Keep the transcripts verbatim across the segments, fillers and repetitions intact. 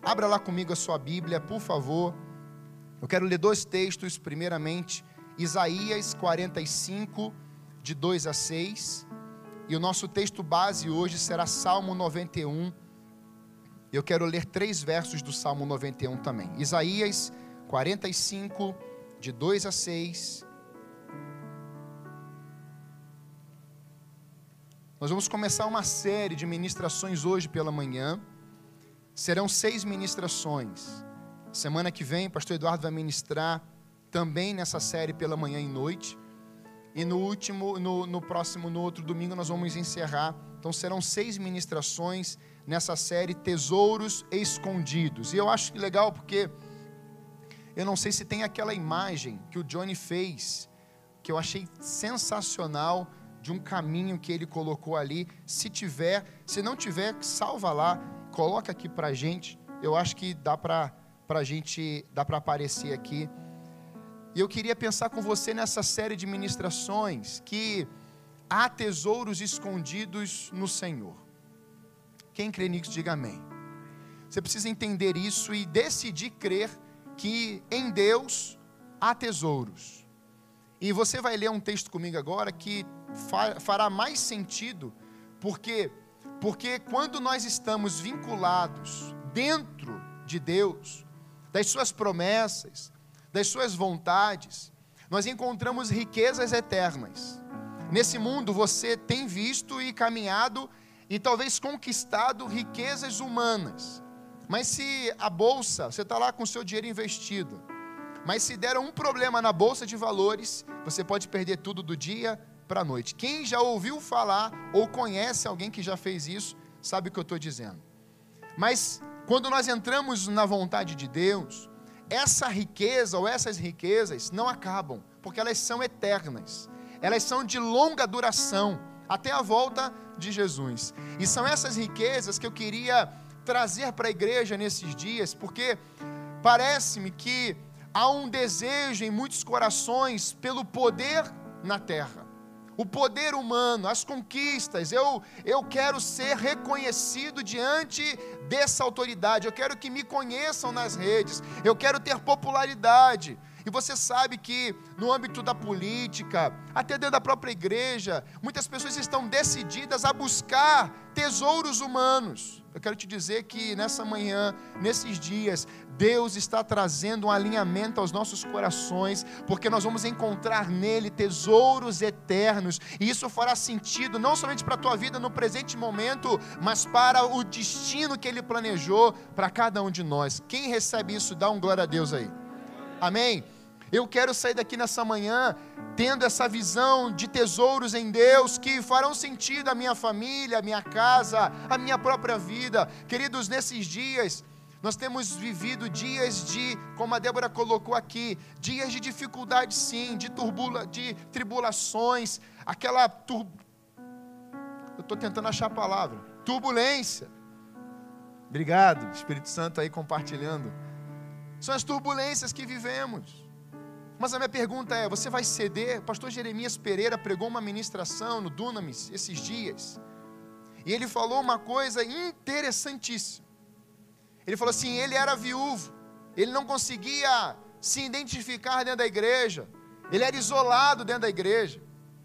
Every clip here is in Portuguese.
Abra lá comigo a sua Bíblia, por favor. Eu quero ler dois textos, primeiramente, Isaías quarenta e cinco, de dois a seis. E o nosso texto base hoje será Salmo noventa e um. Eu quero ler três versos do Salmo noventa e um também. Isaías quarenta e cinco, de dois a seis. Nós vamos começar uma série de ministrações hoje pela manhã. Serão seis ministrações. Semana que vem, o pastor Eduardo vai ministrar também nessa série pela manhã e noite. E no último, no, no próximo, no outro domingo, nós vamos encerrar. Então serão seis ministrações nessa série Tesouros Escondidos. E eu acho legal porque eu não sei se tem aquela imagem que o Johnny fez, que eu achei sensacional, de um caminho que ele colocou ali. Se tiver, se não tiver, salva lá, coloca aqui pra gente. Eu acho que dá pra, pra gente, dá pra aparecer aqui. E eu queria pensar com você nessa série de ministrações, que há tesouros escondidos no Senhor. Quem crê nisso, diga amém. Você precisa entender isso e decidir crer que em Deus há tesouros. E você vai ler um texto comigo agora que fará mais sentido, porque, porque quando nós estamos vinculados dentro de Deus, das suas promessas, das suas vontades, nós encontramos riquezas eternas. Nesse mundo você tem visto e caminhado e talvez conquistado riquezas humanas, mas se a bolsa, você está lá com o seu dinheiro investido, mas se der um problema na bolsa de valores, você pode perder tudo do dia para a noite. Quem já ouviu falar ou conhece alguém que já fez isso, sabe o que eu estou dizendo. Mas quando nós entramos na vontade de Deus, essa riqueza ou essas riquezas não acabam, porque elas são eternas, elas são de longa duração, até a volta de Jesus. E são essas riquezas que eu queria trazer para a igreja nesses dias, porque parece-me que há um desejo em muitos corações pelo poder na terra, o poder humano, as conquistas. Eu, eu quero ser reconhecido diante dessa autoridade, eu quero que me conheçam nas redes, eu quero ter popularidade. E você sabe que no âmbito da política, até dentro da própria igreja, muitas pessoas estão decididas a buscar tesouros humanos. Eu quero te dizer que nessa manhã, nesses dias, Deus está trazendo um alinhamento aos nossos corações, porque nós vamos encontrar nele tesouros eternos, e isso fará sentido não somente para a tua vida no presente momento, mas para o destino que ele planejou para cada um de nós. Quem recebe isso, dá um glória a Deus aí. Amém? Eu quero sair daqui nessa manhã tendo essa visão de tesouros em Deus que farão sentido à minha família, à minha casa, à minha própria vida. Queridos, nesses dias, nós temos vivido dias de, como a Débora colocou aqui, dias de dificuldade sim, de, turbula, de tribulações, aquela, tur... eu estou tentando achar a palavra, turbulência. Obrigado, Espírito Santo aí compartilhando. São as turbulências que vivemos. Mas a minha pergunta é, você vai ceder? O pastor Jeremias Pereira pregou uma ministração no Dunamis esses dias, e ele falou uma coisa interessantíssima. Ele falou assim, ele era viúvo, ele não conseguia se identificar dentro da igreja, ele era isolado dentro da igreja.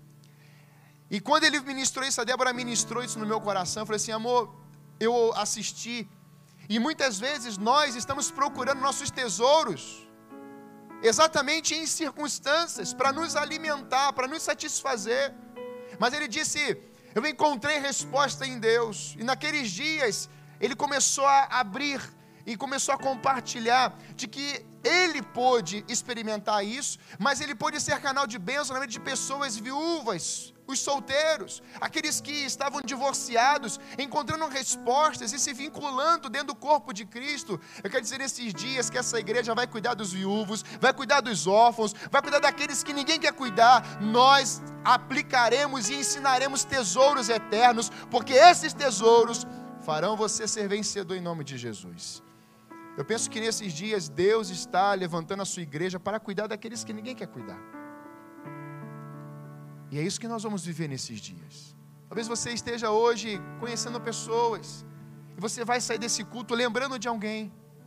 E quando ele ministrou isso, a Débora ministrou isso no meu coração, eu falei assim, amor, eu assisti, e muitas vezes nós estamos procurando nossos tesouros exatamente em circunstâncias para nos alimentar, para nos satisfazer. Mas ele disse, eu encontrei resposta em Deus. E naqueles dias ele começou a abrir e começou a compartilhar de que ele pôde experimentar isso, mas ele pôde ser canal de bênção na vida de pessoas viúvas, os solteiros, aqueles que estavam divorciados, encontrando respostas e se vinculando dentro do corpo de Cristo. Eu quero dizer nesses dias que essa igreja vai cuidar dos viúvos, vai cuidar dos órfãos, vai cuidar daqueles que ninguém quer cuidar. Nós aplicaremos e ensinaremos tesouros eternos, porque esses tesouros farão você ser vencedor em nome de Jesus. Eu penso que nesses dias Deus está levantando a sua igreja para cuidar daqueles que ninguém quer cuidar. E é isso que nós vamos viver nesses dias. Talvez você esteja hoje conhecendo pessoas, e você vai sair desse culto lembrando de alguém,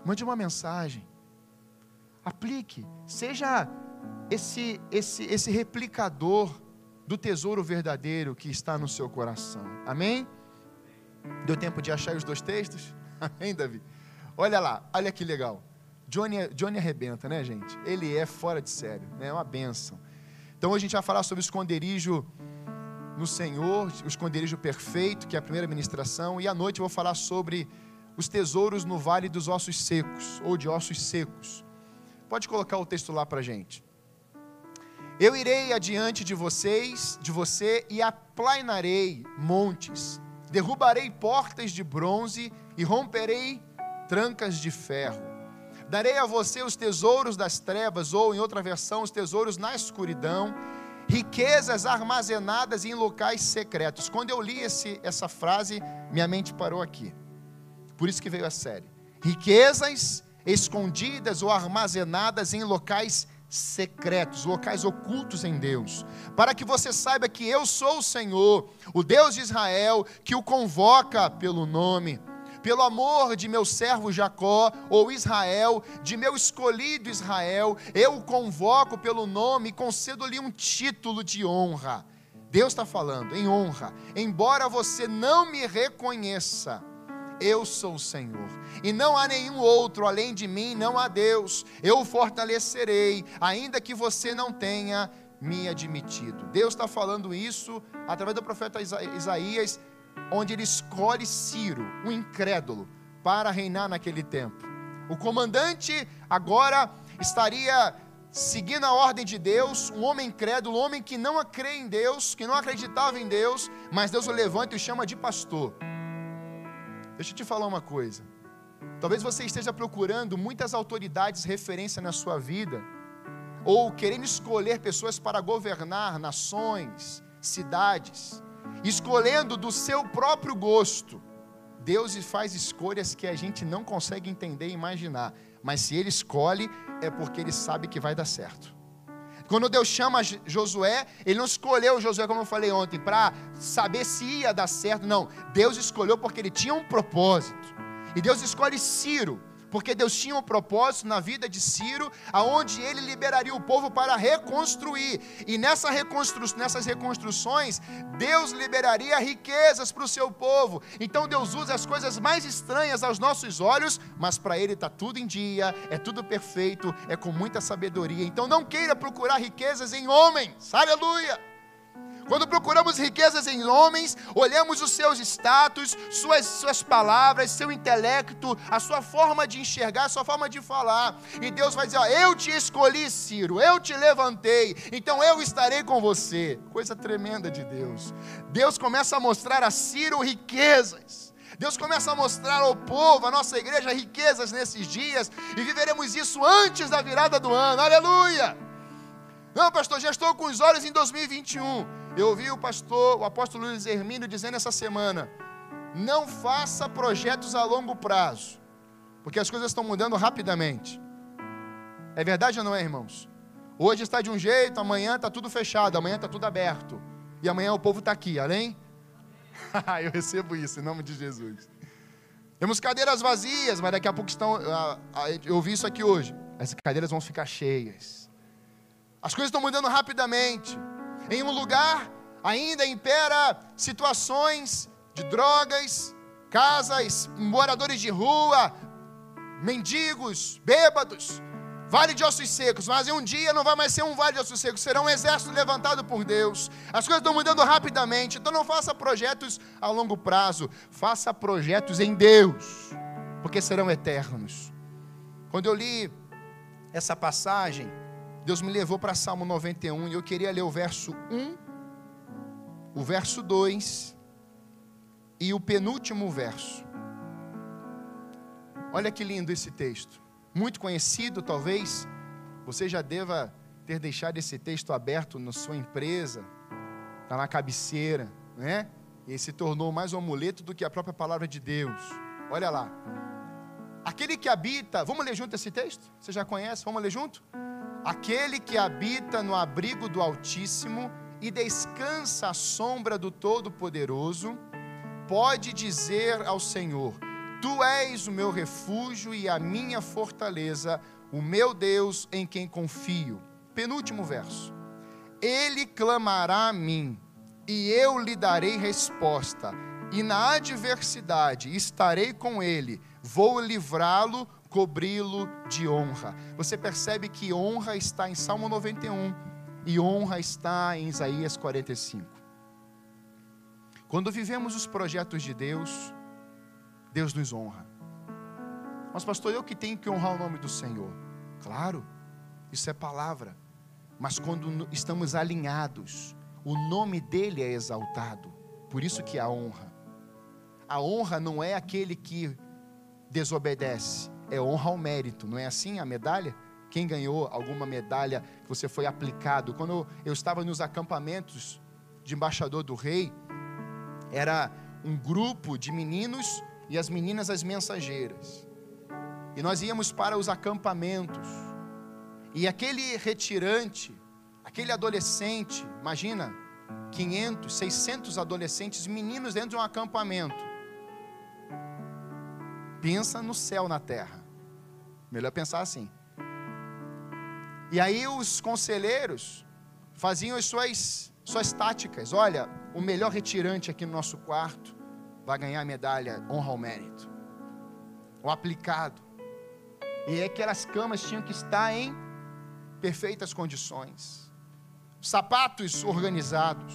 Mande uma mensagem. Aplique. Seja esse, esse, esse replicador do tesouro verdadeiro que está no seu coração. Amém? Deu tempo de achar os dois textos? Amém, Davi? Olha lá, olha que legal. Johnny, Johnny arrebenta, né, gente? Ele é fora de sério, né? É uma bênção. Então hoje a gente vai falar sobre o esconderijo no Senhor, o esconderijo perfeito, que é a primeira ministração, e à noite eu vou falar sobre os tesouros no vale dos ossos secos, ou de ossos secos. Pode colocar o texto lá pra gente. Eu irei adiante de vocês, de você, e aplainarei montes, derrubarei portas de bronze e romperei trancas de ferro. Darei a você os tesouros das trevas, ou em outra versão, os tesouros na escuridão, riquezas armazenadas em locais secretos. Quando eu li esse, essa frase, minha mente parou aqui. Por isso que veio a série. Riquezas escondidas ou armazenadas em locais secretos, locais ocultos em Deus, para que você saiba que eu sou o Senhor, o Deus de Israel, que o convoca pelo nome. Pelo amor de meu servo Jacó, ou Israel, de meu escolhido Israel, eu o convoco pelo nome e concedo-lhe um título de honra. Deus está falando em honra. Embora você não me reconheça, eu sou o Senhor, e não há nenhum outro além de mim, não há Deus. Eu o fortalecerei, ainda que você não tenha me admitido. Deus está falando isso através do profeta Isaías, onde ele escolhe Ciro, um incrédulo, para reinar naquele tempo. O comandante agora estaria seguindo a ordem de Deus, um homem incrédulo, um homem que não crê em Deus, que não acreditava em Deus, mas Deus o levanta e o chama de pastor. Deixa eu te falar uma coisa. Talvez você esteja procurando muitas autoridades referência na sua vida, ou querendo escolher pessoas para governar nações, cidades, escolhendo do seu próprio gosto. Deus faz escolhas que a gente não consegue entender e imaginar, mas se Ele escolhe, é porque Ele sabe que vai dar certo. Quando Deus chama Josué, Ele não escolheu Josué, como eu falei ontem, para saber se ia dar certo, não. Deus escolheu porque Ele tinha um propósito. E Deus escolhe Ciro, porque Deus tinha um propósito na vida de Ciro, aonde ele liberaria o povo para reconstruir. E nessa reconstru... nessas reconstruções, Deus liberaria riquezas para o seu povo. Então Deus usa as coisas mais estranhas aos nossos olhos, mas para Ele está tudo em dia, é tudo perfeito, é com muita sabedoria. Então não queira procurar riquezas em homens, aleluia! Quando procuramos riquezas em homens, olhamos os seus status, suas, suas palavras, seu intelecto, a sua forma de enxergar, a sua forma de falar. E Deus vai dizer, ó, eu te escolhi, Ciro, eu te levantei, então eu estarei com você. Coisa tremenda de Deus. Deus começa a mostrar a Ciro riquezas. Deus começa a mostrar ao povo, à nossa igreja, riquezas nesses dias, e viveremos isso antes da virada do ano. Aleluia! Não, pastor, já estou com os olhos em dois mil e vinte e um. Eu ouvi o pastor, o apóstolo Luiz Hermínio dizendo essa semana, não faça projetos a longo prazo, porque as coisas estão mudando rapidamente. É verdade ou não é, irmãos? Hoje está de um jeito, amanhã está tudo fechado, amanhã está tudo aberto, e amanhã o povo está aqui, além? Eu recebo isso em nome de Jesus. Temos cadeiras vazias, mas daqui a pouco estão, eu ouvi isso aqui hoje, as cadeiras vão ficar cheias. As coisas estão mudando rapidamente. Em um lugar ainda impera situações de drogas, casas, moradores de rua, mendigos, bêbados, vale de ossos secos. Mas em um dia não vai mais ser um vale de ossos secos, será um exército levantado por Deus. As coisas estão mudando rapidamente, então não faça projetos a longo prazo, faça projetos em Deus, porque serão eternos. Quando eu li essa passagem, Deus me levou para Salmo noventa e um, e eu queria ler o verso um, o verso dois e o penúltimo verso. Olha que lindo esse texto, muito conhecido talvez, você já deva ter deixado esse texto aberto na sua empresa, está na cabeceira, né? E se tornou mais um amuleto do que a própria palavra de Deus. Olha lá, aquele que habita, vamos ler junto esse texto? Você já conhece, vamos ler junto? Aquele que habita no abrigo do Altíssimo e descansa à sombra do Todo-Poderoso, pode dizer ao Senhor, Tu és o meu refúgio e a minha fortaleza, o meu Deus em quem confio. Penúltimo verso. Ele clamará a mim, e eu lhe darei resposta, e na adversidade estarei com ele, vou livrá-lo, cobri-lo de honra. Você percebe que honra está em Salmo noventa e um, e honra está em Isaías quarenta e cinco. Quando vivemos os projetos de Deus, Deus nos honra. Mas pastor, eu que tenho que honrar o nome do Senhor. Claro, isso é palavra. Mas quando estamos alinhados, o nome dele é exaltado. Por isso que há honra. A honra não é aquele que desobedece, é honra ao mérito. Não é assim a medalha? Quem ganhou alguma medalha que você foi aplicado? Quando eu estava nos acampamentos de embaixador do rei, era um grupo de meninos e as meninas as mensageiras. E nós íamos para os acampamentos. E aquele retirante, aquele adolescente, imagina, quinhentos, seiscentos adolescentes, meninos dentro de um acampamento. Pensa no céu na terra. Melhor pensar assim. E aí os conselheiros faziam as suas, suas táticas. Olha, o melhor retirante aqui no nosso quarto vai ganhar a medalha honra ao mérito. O aplicado. E aquelas camas tinham que estar em perfeitas condições. Sapatos organizados.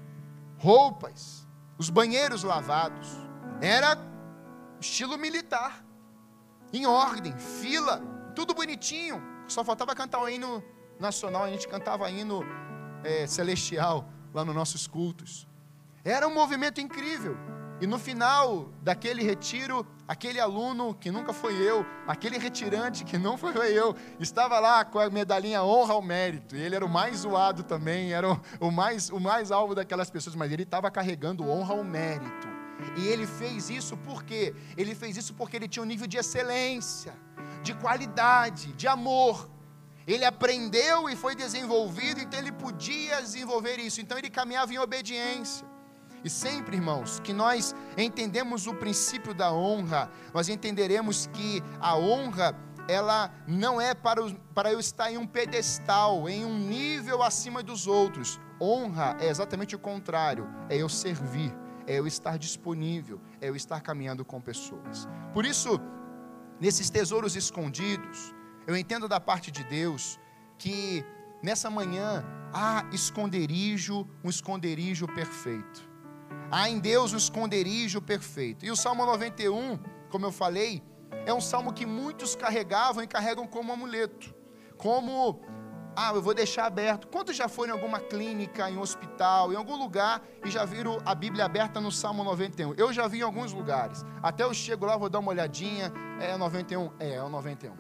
Roupas. Os banheiros lavados. Era estilo militar. Em ordem, fila, tudo bonitinho. Só faltava cantar o hino nacional. A gente cantava hino é, celestial lá nos nossos cultos. Era um movimento incrível. E no final daquele retiro, aquele aluno que nunca foi eu, aquele retirante que não foi eu, estava lá com a medalhinha honra ao mérito. E ele era o mais zoado também, era o, o, mais, o mais alvo daquelas pessoas, mas ele estava carregando honra ao mérito. E ele fez isso por quê? Ele fez isso porque ele tinha um nível de excelência, de qualidade, de amor. Ele aprendeu e foi desenvolvido, então ele podia desenvolver isso. Então ele caminhava em obediência. E sempre, irmãos, que nós entendemos o princípio da honra, nós entenderemos que a honra, ela não é para, o, para eu estar em um pedestal, em um nível acima dos outros. Honra é exatamente o contrário, é eu servir, é eu estar disponível, é eu estar caminhando com pessoas. Por isso, nesses tesouros escondidos, eu entendo da parte de Deus que nessa manhã há esconderijo, um esconderijo perfeito. Há em Deus um esconderijo perfeito. E o Salmo noventa e um, como eu falei, é um salmo que muitos carregavam e carregam como amuleto. Como, ah, eu vou deixar aberto. Quantos já foram em alguma clínica, em um hospital, em algum lugar e já viram a Bíblia aberta no Salmo noventa e um? Eu já vi em alguns lugares. Até eu chego lá, vou dar uma olhadinha. É o noventa e um? É, é o noventa e um.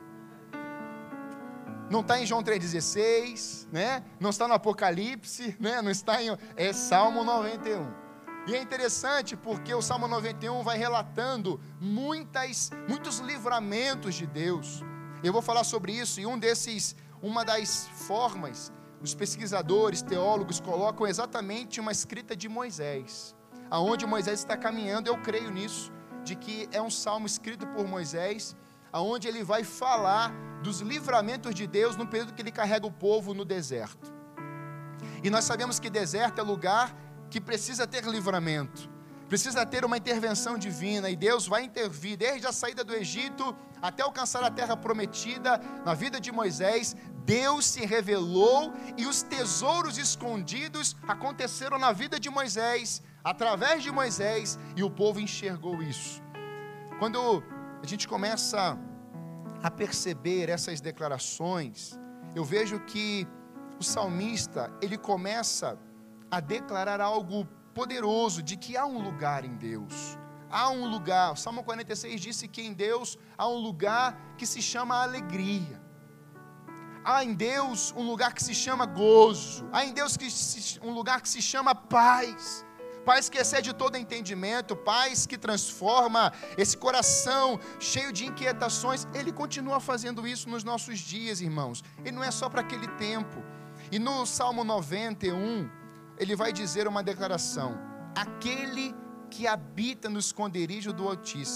Não está em João três dezesseis, né? Não está no Apocalipse, né? Não está em... É Salmo noventa e um. E é interessante porque o Salmo noventa e um vai relatando muitas, muitos livramentos de Deus. Eu vou falar sobre isso, e um desses, uma das formas, os pesquisadores, teólogos colocam exatamente uma escrita de Moisés, aonde Moisés está caminhando. Eu creio nisso, de que é um salmo escrito por Moisés, aonde ele vai falar dos livramentos de Deus no período que ele carrega o povo no deserto. E nós sabemos que deserto é lugar que precisa ter livramento, precisa ter uma intervenção divina, e Deus vai intervir desde a saída do Egito até alcançar a terra prometida. Na vida de Moisés, Deus se revelou e os tesouros escondidos aconteceram na vida de Moisés, através de Moisés, e o povo enxergou isso. Quando a gente começa a perceber essas declarações, eu vejo que o salmista, ele começa a declarar algo poderoso, de que há um lugar em Deus, há um lugar. O Salmo quarenta e seis disse que em Deus há um lugar que se chama alegria, há em Deus um lugar que se chama gozo, há em Deus que se, um lugar que se chama paz, paz que excede todo entendimento, paz que transforma esse coração cheio de inquietações. Ele continua fazendo isso nos nossos dias, irmãos, e não é só para aquele tempo. E no Salmo noventa e um, ele vai dizer uma declaração: aquele que habita no esconderijo do Altíssimo,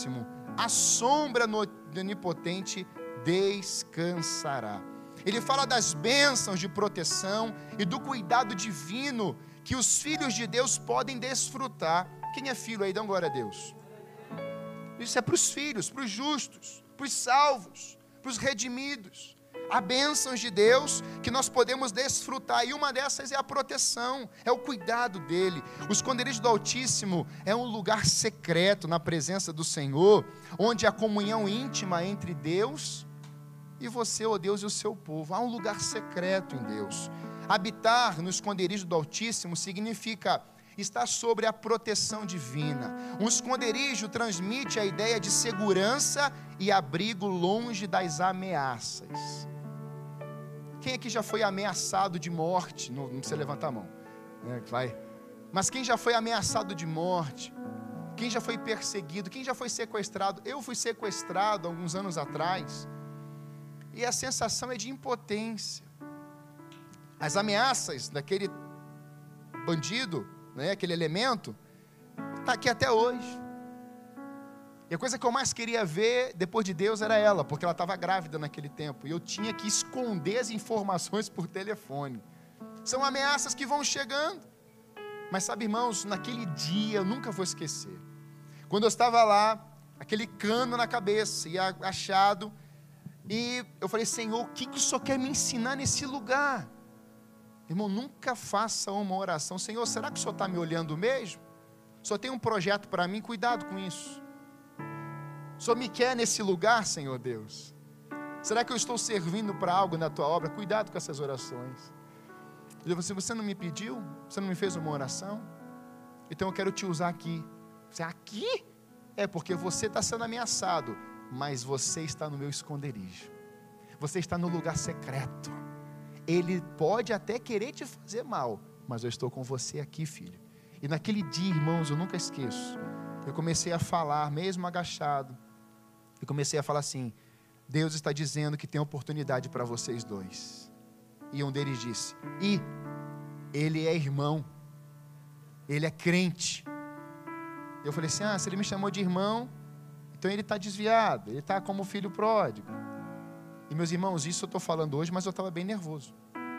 a sombra do Onipotente descansará. Ele fala das bênçãos de proteção e do cuidado divino que os filhos de Deus podem desfrutar. Quem é filho aí? Dá glória a Deus. Isso é para os filhos, para os justos, para os salvos, para os redimidos. Há bênçãos de Deus que nós podemos desfrutar, e uma dessas é a proteção, é o cuidado dele. O esconderijo do Altíssimo é um lugar secreto na presença do Senhor, onde há comunhão íntima entre Deus e você, ó Deus, e o seu povo. Há um lugar secreto em Deus. Habitar no esconderijo do Altíssimo significa estar sobre a proteção divina. Um esconderijo transmite a ideia de segurança e abrigo longe das ameaças. Quem aqui já foi ameaçado de morte? Não, não precisa levantar a mão, né? Vai. Mas quem já foi ameaçado de morte? Quem já foi perseguido? Quem já foi sequestrado? Eu fui sequestrado alguns anos atrás, e a sensação é de impotência. As ameaças daquele bandido, né, aquele elemento, está aqui até hoje. E a coisa que eu mais queria ver depois de Deus era ela, porque ela estava grávida naquele tempo, e eu tinha que esconder as informações por telefone. São ameaças que vão chegando. Mas sabe, irmãos, naquele dia eu nunca vou esquecer. Quando eu estava lá, aquele cano na cabeça e achado, e eu falei: Senhor, o que, que o Senhor quer me ensinar nesse lugar? Irmão, nunca faça uma oração: Senhor, será que o Senhor está me olhando mesmo? O Senhor tem um projeto para mim? Cuidado com isso. O Senhor me quer nesse lugar, Senhor Deus? Será que eu estou servindo para algo na tua obra? Cuidado com essas orações. Eu falei: você não me pediu? Você não me fez uma oração? Então eu quero te usar aqui. Você, aqui? É porque você está sendo ameaçado, mas você está no meu esconderijo. Você está no lugar secreto. Ele pode até querer te fazer mal, mas eu estou com você aqui, filho. E naquele dia, irmãos, eu nunca esqueço, eu comecei a falar, mesmo agachado, eu comecei a falar assim: Deus está dizendo que tem oportunidade para vocês dois. E um deles disse: e ele é irmão, ele é crente. Eu falei assim: ah, se ele me chamou de irmão, então ele está desviado, ele está como filho pródigo. E meus irmãos, isso eu estou falando hoje, mas eu estava bem nervoso.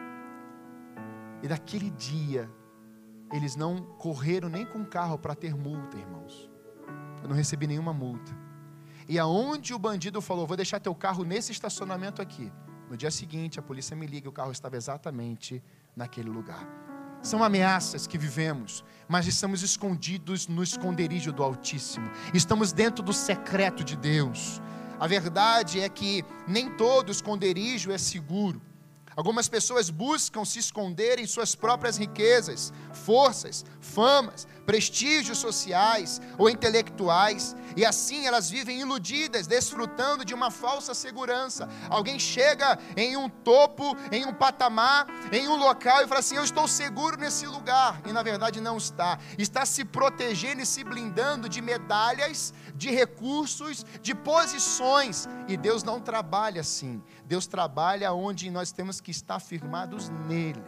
E naquele dia, eles não correram nem com carro para ter multa, irmãos. Eu não recebi nenhuma multa. E aonde o bandido falou: vou deixar teu carro nesse estacionamento aqui, no dia seguinte a polícia me liga e o carro estava exatamente naquele lugar. São ameaças que vivemos, mas estamos escondidos no esconderijo do Altíssimo. Estamos dentro do secreto de Deus. A verdade é que nem todo esconderijo é seguro. Algumas pessoas buscam se esconder em suas próprias riquezas, forças, famas, prestígios sociais ou intelectuais, e assim elas vivem iludidas, desfrutando de uma falsa segurança. Alguém chega em um topo, em um patamar, em um local e fala assim: eu estou seguro nesse lugar, e na verdade não está. Está se protegendo e se blindando de medalhas, de recursos, de posições, e Deus não trabalha assim. Deus trabalha onde nós temos que estar firmados nele.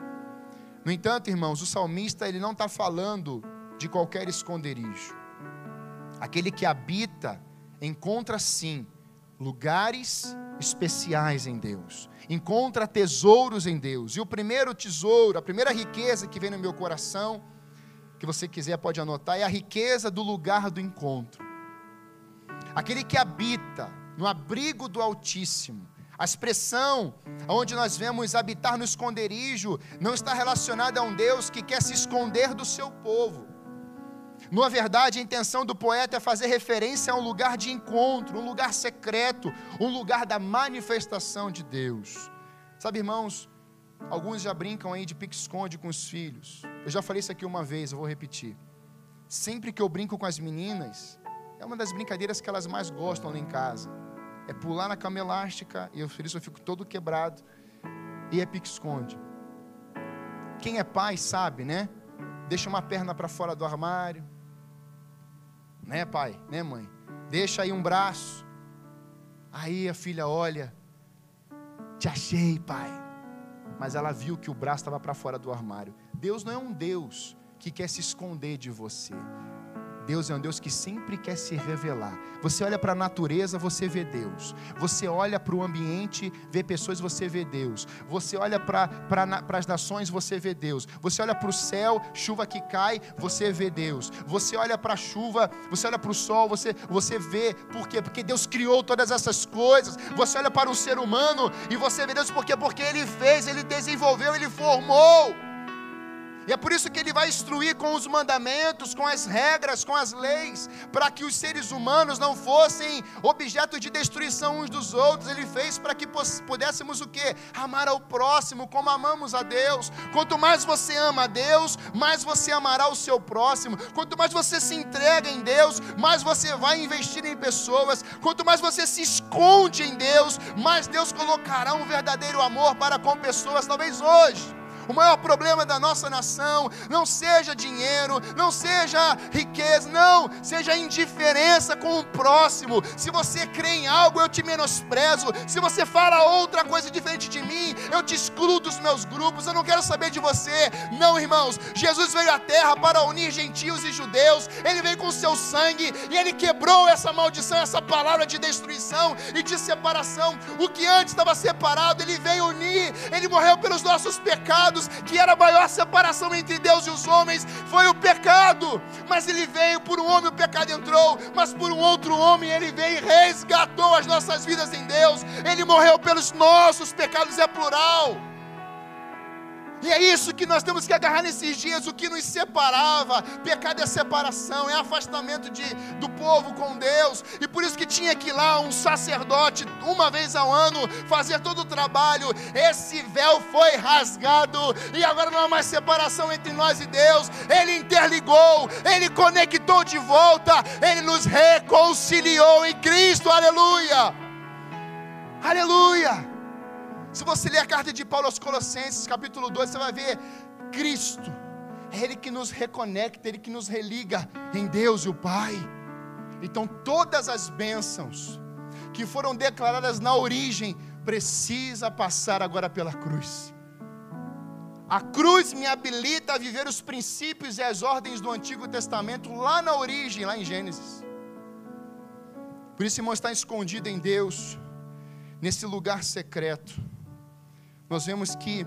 No entanto, irmãos, o salmista ele não está falando de qualquer esconderijo. Aquele que habita encontra sim lugares especiais em Deus, encontra tesouros em Deus. E o primeiro tesouro, a primeira riqueza que vem no meu coração, que você quiser pode anotar, é a riqueza do lugar do encontro. Aquele que habita no abrigo do Altíssimo. A expressão onde nós vemos habitar no esconderijo não está relacionada a um Deus que quer se esconder do seu povo. Na verdade, a intenção do poeta é fazer referência a um lugar de encontro, um lugar secreto, um lugar da manifestação de Deus. Sabe, irmãos, alguns já brincam aí de pique-esconde com os filhos. Eu já falei isso aqui uma vez, eu vou repetir. Sempre que eu brinco com as meninas, é uma das brincadeiras que elas mais gostam lá em casa. É pular na cama elástica, e eu, por isso eu fico todo quebrado, e é pique-esconde. Quem é pai sabe, né? Deixa uma perna para fora do armário, né, pai? Né, mãe? Deixa aí um braço. Aí a filha olha: te achei, pai. Mas ela viu que o braço estava para fora do armário. Deus não é um Deus que quer se esconder de você. Deus é um Deus que sempre quer se revelar. Você olha para a natureza, você vê Deus. Você olha para o ambiente, vê pessoas, você vê Deus. Você olha para as nações, você vê Deus. Você olha para o céu, chuva que cai, você vê Deus. Você olha para a chuva, você olha para o sol, você, você vê. Por quê? Porque Deus criou todas essas coisas. Você olha para o ser humano e você vê Deus. Por quê? Porque Ele fez, Ele desenvolveu, Ele formou. E é por isso que Ele vai instruir com os mandamentos, com as regras, com as leis, para que os seres humanos não fossem objeto de destruição uns dos outros. Ele fez para que pudéssemos o quê? Amar ao próximo como amamos a Deus. Quanto mais você ama a Deus, mais você amará o seu próximo. Quanto mais você se entrega em Deus, mais você vai investir em pessoas. Quanto mais você se esconde em Deus, mais Deus colocará um verdadeiro amor para com pessoas. Talvez hoje o maior problema da nossa nação não seja dinheiro, não seja riqueza, não, seja indiferença com o próximo. Se você crê em algo, eu te menosprezo. Se você fala outra coisa diferente de mim, eu te excluo dos meus grupos, eu não quero saber de você. Não, irmãos, Jesus veio à terra para unir gentios e judeus. Ele veio com o seu sangue e Ele quebrou essa maldição, essa palavra de destruição e de separação. O que antes estava separado, Ele veio unir. Ele morreu pelos nossos pecados, que era a maior separação entre Deus e os homens, foi o pecado. Mas Ele veio, por um homem o pecado entrou, mas por um outro homem Ele veio e resgatou as nossas vidas em Deus. Ele morreu pelos nossos pecados, é plural. E é isso que nós temos que agarrar nesses dias. O que nos separava, pecado é separação, é afastamento de, do povo com Deus. E por isso que tinha que ir lá um sacerdote, uma vez ao ano, fazer todo o trabalho. Esse véu foi rasgado, e agora não há mais separação entre nós e Deus. Ele interligou, Ele conectou de volta, Ele nos reconciliou em Cristo, aleluia, aleluia. Se você ler a carta de Paulo aos Colossenses, capítulo dois, você vai ver Cristo. É Ele que nos reconecta, Ele que nos religa em Deus e o Pai. Então todas as bênçãos que foram declaradas na origem, precisa passar agora pela cruz. A cruz me habilita a viver os princípios e as ordens do Antigo Testamento lá na origem, lá em Gênesis. Por isso, irmão, está escondido em Deus, nesse lugar secreto. Nós vemos que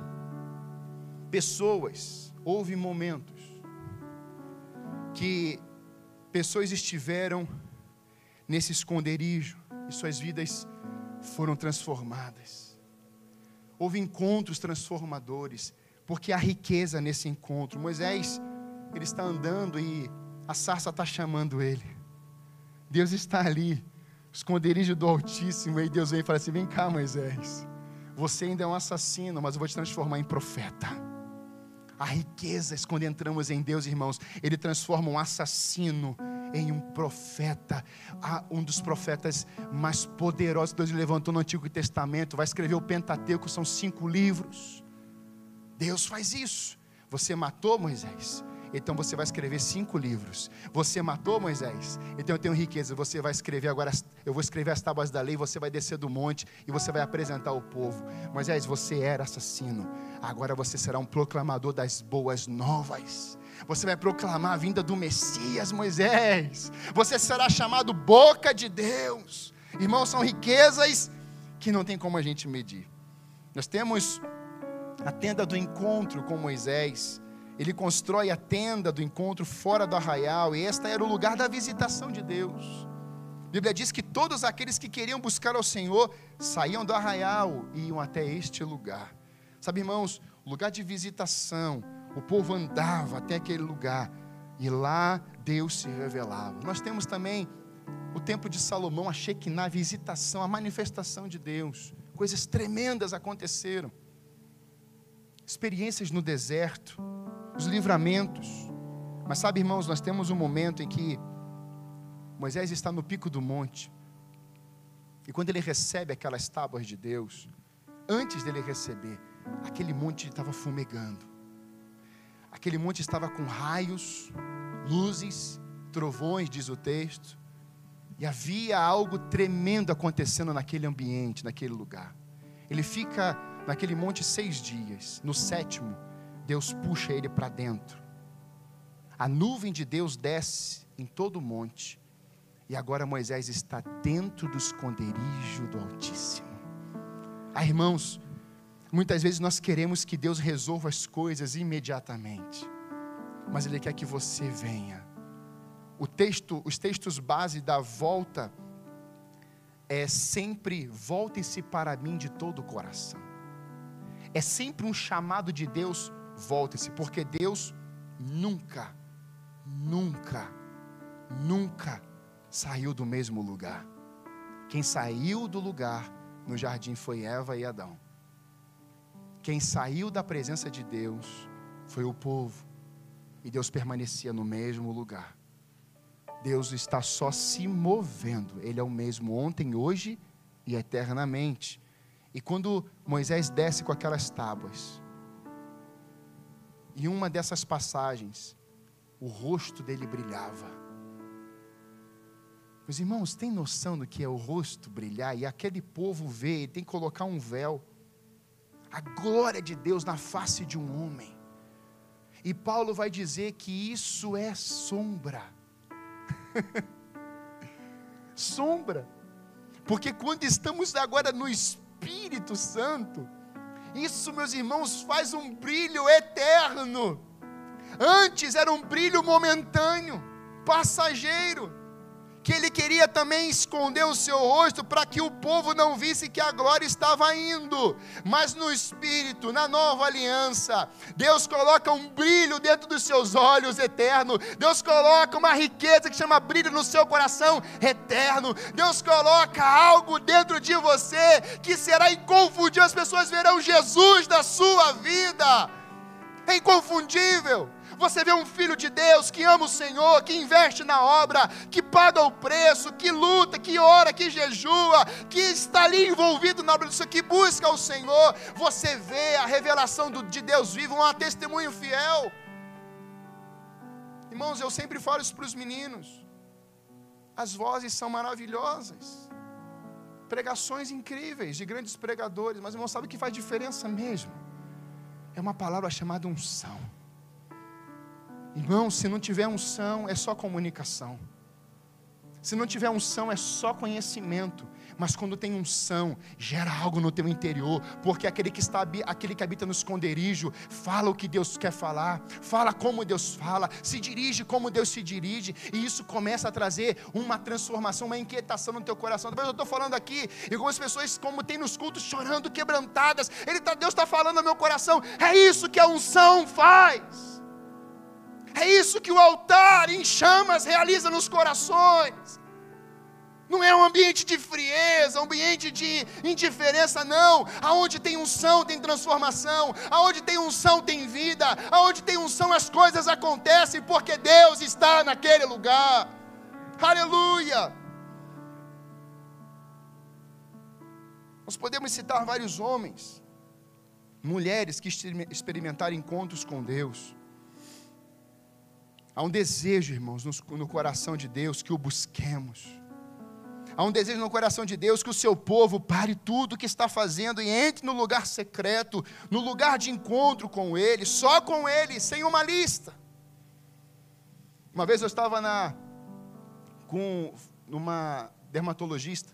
pessoas, houve momentos que pessoas estiveram nesse esconderijo e suas vidas foram transformadas. Houve encontros transformadores, porque há riqueza nesse encontro. Moisés, ele está andando e a sarça está chamando ele. Deus está ali, esconderijo do Altíssimo, e Deus vem e fala assim: vem cá, Moisés, você ainda é um assassino, mas eu vou te transformar em profeta. A riqueza, quando entramos em Deus, irmãos, Ele transforma um assassino em um profeta. Ah, um dos profetas mais poderosos que Deus levantou no Antigo Testamento, vai escrever o Pentateuco, são cinco livros. Deus faz isso. Você matou Moisés, então você vai escrever cinco livros. Você matou Moisés, então eu tenho riqueza. Você vai escrever agora, eu vou escrever as tábuas da lei. Você vai descer do monte e você vai apresentar ao povo. Moisés, você era assassino, agora você será um proclamador das boas novas. Você vai proclamar a vinda do Messias, Moisés. Você será chamado boca de Deus. Irmãos, são riquezas que não tem como a gente medir. Nós temos a tenda do encontro com Moisés. Ele constrói a tenda do encontro fora do arraial, e este era o lugar da visitação de Deus. A Bíblia diz que todos aqueles que queriam buscar ao Senhor saíam do arraial e iam até este lugar. Sabe, irmãos, lugar de visitação. O povo andava até aquele lugar e lá Deus se revelava. Nós temos também o templo de Salomão, a Shekinah, a visitação, a manifestação de Deus. Coisas tremendas aconteceram. Experiências no deserto, os livramentos. Mas sabe, irmãos, nós temos um momento em que Moisés está no pico do monte, e quando ele recebe aquelas tábuas de Deus, antes dele receber, aquele monte estava fumegando, aquele monte estava com raios, luzes, trovões, diz o texto, e havia algo tremendo acontecendo naquele ambiente, naquele lugar. Ele fica naquele monte seis dias, no sétimo, Deus puxa ele para dentro. A nuvem de Deus desce em todo o monte. E agora Moisés está dentro do esconderijo do Altíssimo. Ah, irmãos, muitas vezes nós queremos que Deus resolva as coisas imediatamente, mas Ele quer que você venha. O texto, os textos base da volta é sempre: voltem-se para mim de todo o coração. É sempre um chamado de Deus: voltem-se, porque Deus nunca, nunca, nunca saiu do mesmo lugar. Quem saiu do lugar no jardim foi Eva e Adão. Quem saiu da presença de Deus foi o povo, e Deus permanecia no mesmo lugar. Deus está só se movendo. Ele é o mesmo ontem, hoje e eternamente. E quando Moisés desce com aquelas tábuas, em uma dessas passagens, o rosto dele brilhava. Meus irmãos, tem noção do que é o rosto brilhar? E aquele povo vê, ele tem que colocar um véu. A glória de Deus na face de um homem. E Paulo vai dizer que isso é sombra. Sombra. Porque quando estamos agora no Espírito Santo, isso, meus irmãos, faz um brilho eterno. Antes era um brilho momentâneo, passageiro, que ele queria também esconder o seu rosto para que o povo não visse que a glória estava indo. Mas no Espírito, na nova aliança, Deus coloca um brilho dentro dos seus olhos eterno. Deus coloca uma riqueza que chama brilho no seu coração eterno. Deus coloca algo dentro de você que será inconfundível. As pessoas verão Jesus da sua vida. É inconfundível. Você vê um filho de Deus que ama o Senhor, que investe na obra, que paga o preço, que luta, que ora, que jejua, que está ali envolvido na obra do Senhor, que busca o Senhor. Você vê a revelação do, de Deus vivo, um testemunho fiel. Irmãos, eu sempre falo isso para os meninos. As vozes são maravilhosas, pregações incríveis de grandes pregadores, mas irmão, sabe o que faz diferença mesmo? É uma palavra chamada unção. Irmão, se não tiver unção, é só comunicação. Se não tiver unção, é só conhecimento. Mas quando tem unção, gera algo no teu interior. Porque aquele que, está, aquele que habita no esconderijo, fala o que Deus quer falar. Fala como Deus fala. Se dirige como Deus se dirige. E isso começa a trazer uma transformação, uma inquietação no teu coração. Talvez eu estou falando aqui, e algumas pessoas, como tem nos cultos, chorando, quebrantadas. Ele tá, Deus está falando no meu coração. É isso que a unção faz. É isso que o altar em chamas realiza nos corações. Não é um ambiente de frieza, um ambiente de indiferença, não. Aonde tem unção tem transformação. Aonde tem unção tem vida. Aonde tem unção as coisas acontecem, porque Deus está naquele lugar. Aleluia. Nós podemos citar vários homens, mulheres que experimentaram encontros com Deus. Há um desejo, irmãos, no, no coração de Deus que o busquemos. Há um desejo no coração de Deus que o seu povo pare tudo o que está fazendo e entre no lugar secreto, no lugar de encontro com Ele, só com Ele, sem uma lista. Uma vez eu estava na, com uma dermatologista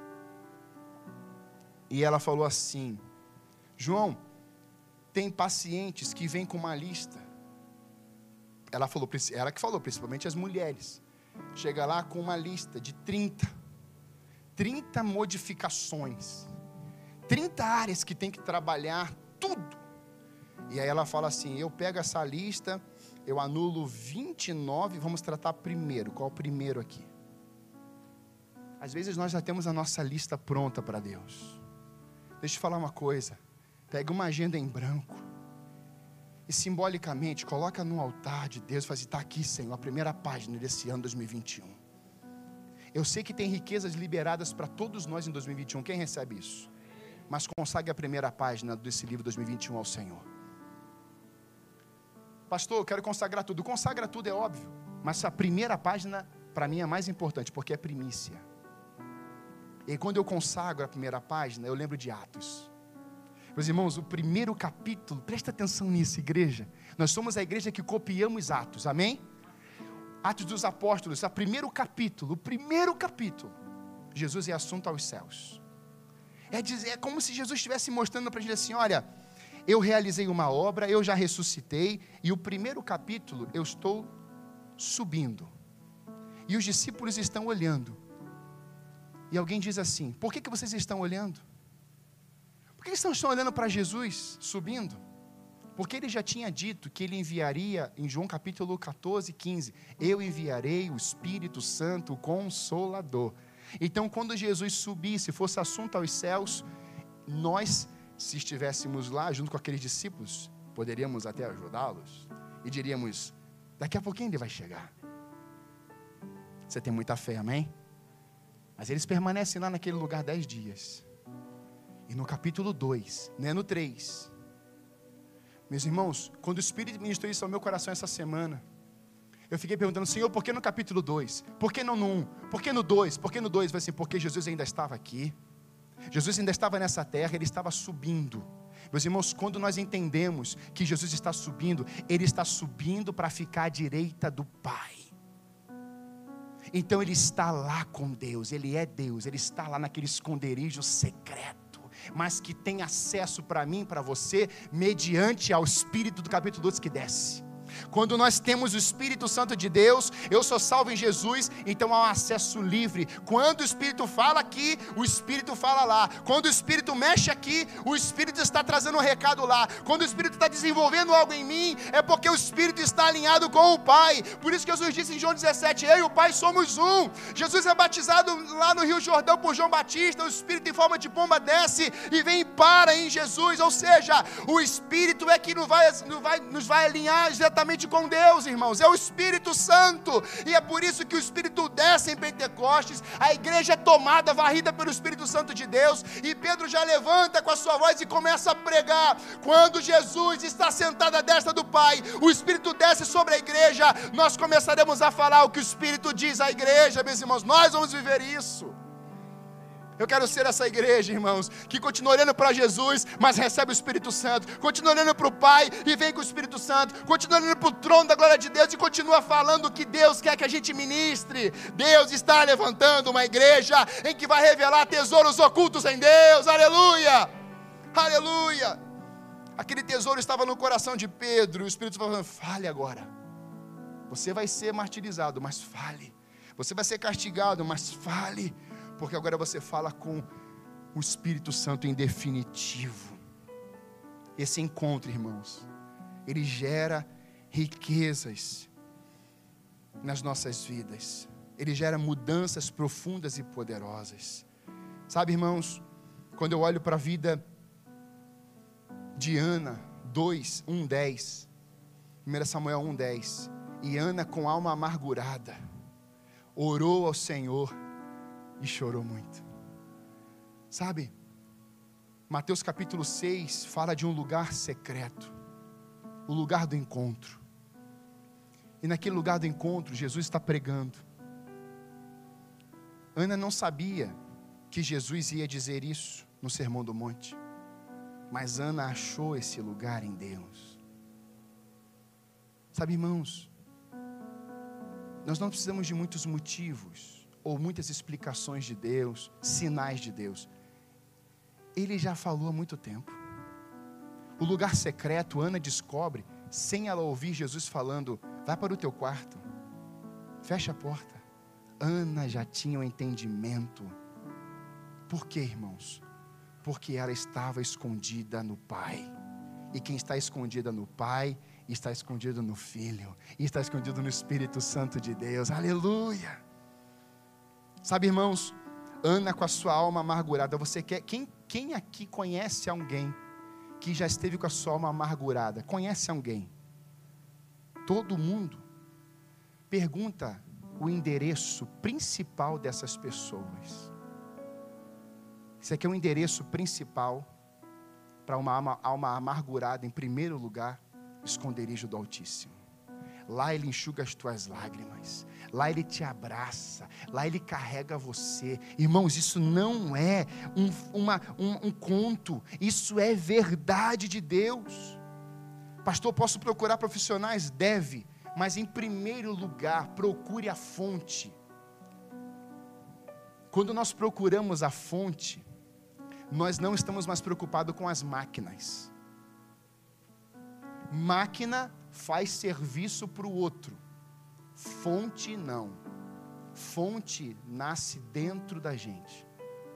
e ela falou assim: João, tem pacientes que vêm com uma lista. Ela falou, ela que falou, principalmente as mulheres. Chega lá com uma lista de trinta, trinta modificações, trinta áreas que tem que trabalhar, tudo. E aí ela fala assim: eu pego essa lista, eu anulo vinte e nove, vamos tratar primeiro. Qual é o primeiro aqui? Às vezes nós já temos a nossa lista pronta para Deus. Deixa eu falar uma coisa. Pega uma agenda em branco e simbolicamente coloca no altar de Deus e fala assim: está aqui, Senhor, a primeira página desse ano dois mil e vinte e um. Eu sei que tem riquezas liberadas para todos nós em dois mil e vinte e um. Quem recebe isso? Mas consagre a primeira página desse livro dois mil e vinte e um ao Senhor. Pastor, eu quero consagrar tudo. Consagra tudo, é óbvio. Mas a primeira página, para mim, é mais importante, porque é primícia. E quando eu consagro a primeira página, eu lembro de Atos. Meus irmãos, o primeiro capítulo, presta atenção nisso, igreja. Nós somos a igreja que copiamos Atos, amém? Atos dos Apóstolos, o primeiro capítulo, o primeiro capítulo, Jesus é assunto aos céus. É, dizer, é como se Jesus estivesse mostrando para a gente assim, olha, eu realizei uma obra, eu já ressuscitei, e o primeiro capítulo eu estou subindo. E os discípulos estão olhando. E alguém diz assim, por que, que vocês estão olhando? Por que vocês estão olhando para Jesus subindo? Porque ele já tinha dito que ele enviaria, em João capítulo catorze, quinze, eu enviarei o Espírito Santo, o Consolador. Então, quando Jesus subisse, fosse assunto aos céus, nós, se estivéssemos lá, junto com aqueles discípulos, poderíamos até ajudá-los, e diríamos, daqui a pouquinho ele vai chegar. Você tem muita fé, amém? Mas eles permanecem lá naquele lugar dez dias. E no capítulo dois, não é no três. Meus irmãos, quando o Espírito ministrou isso ao meu coração essa semana, eu fiquei perguntando, Senhor, por que no capítulo dois? Por que não no um? Por que no dois? Por que no dois? Vai assim, porque Jesus ainda estava aqui. Jesus ainda estava nessa terra, ele estava subindo. Meus irmãos, quando nós entendemos que Jesus está subindo, ele está subindo para ficar à direita do Pai. Então ele está lá com Deus, ele é Deus, ele está lá naquele esconderijo secreto, mas que tem acesso para mim, para você, mediante ao Espírito do capítulo doze que desce. Quando nós temos o Espírito Santo de Deus, eu sou salvo em Jesus, então há um acesso livre. Quando o Espírito fala aqui, o Espírito fala lá. Quando o Espírito mexe aqui, o Espírito está trazendo um recado lá. Quando o Espírito está desenvolvendo algo em mim, é porque o Espírito está alinhado com o Pai. Por isso que Jesus disse em João dezessete, eu e o Pai somos um. Jesus é batizado lá no Rio Jordão por João Batista, o Espírito em forma de pomba desce e vem e para em Jesus. Ou seja, o Espírito é que nos vai, nos vai, nos vai alinhar exatamente com Deus, irmãos, é o Espírito Santo, e é por isso que o Espírito desce em Pentecostes, a igreja é tomada, varrida pelo Espírito Santo de Deus, e Pedro já levanta com a sua voz e começa a pregar. Quando Jesus está sentado à destra do Pai, o Espírito desce sobre a igreja, nós começaremos a falar o que o Espírito diz à igreja, meus irmãos, nós vamos viver isso. Eu quero ser essa igreja, irmãos, que continua olhando para Jesus, mas recebe o Espírito Santo, continua olhando para o Pai e vem com o Espírito Santo, continua olhando para o trono da glória de Deus e continua falando o que Deus quer que a gente ministre. Deus está levantando uma igreja em que vai revelar tesouros ocultos em Deus, aleluia, aleluia. Aquele tesouro estava no coração de Pedro, e o Espírito falando, fale agora, você vai ser martirizado, mas fale, você vai ser castigado, mas fale, porque agora você fala com o Espírito Santo em definitivo. Esse encontro, irmãos, ele gera riquezas nas nossas vidas. Ele gera mudanças profundas e poderosas. Sabe, irmãos, quando eu olho para a vida de Ana, dois, um, dez, primeiro Samuel um, dez, e Ana com alma amargurada, orou ao Senhor, e chorou muito. Sabe, Mateus capítulo seis fala de um lugar secreto, o lugar do encontro. E naquele lugar do encontro, Jesus está pregando. Ana não sabia que Jesus ia dizer isso no Sermão do Monte, mas Ana achou esse lugar em Deus. Sabe, irmãos, nós não precisamos de muitos motivos ou muitas explicações de Deus, sinais de Deus. Ele já falou há muito tempo. O lugar secreto, Ana descobre, sem ela ouvir Jesus falando, vai para o teu quarto, fecha a porta. Ana já tinha um entendimento. Por quê, irmãos? Porque ela estava escondida no Pai. E quem está escondida no Pai, está escondido no Filho, e está escondido no Espírito Santo de Deus. Aleluia! Sabe, irmãos, Ana com a sua alma amargurada, você quer, quem, quem aqui conhece alguém que já esteve com a sua alma amargurada? Conhece alguém? Todo mundo. Pergunta o endereço principal dessas pessoas. Esse aqui é o endereço principal para uma alma, alma amargurada, em primeiro lugar, esconderijo do Altíssimo. Lá Ele enxuga as tuas lágrimas, lá Ele te abraça, lá Ele carrega você. Irmãos, isso não é um, uma, um, um conto, isso é verdade de Deus. Pastor, posso procurar profissionais? Deve, Mas em primeiro lugar, procure a fonte. Quando nós procuramos a fonte, nós não estamos mais preocupados com as máquinas. Máquina faz serviço para o outro. Fonte não. Fonte nasce dentro da gente.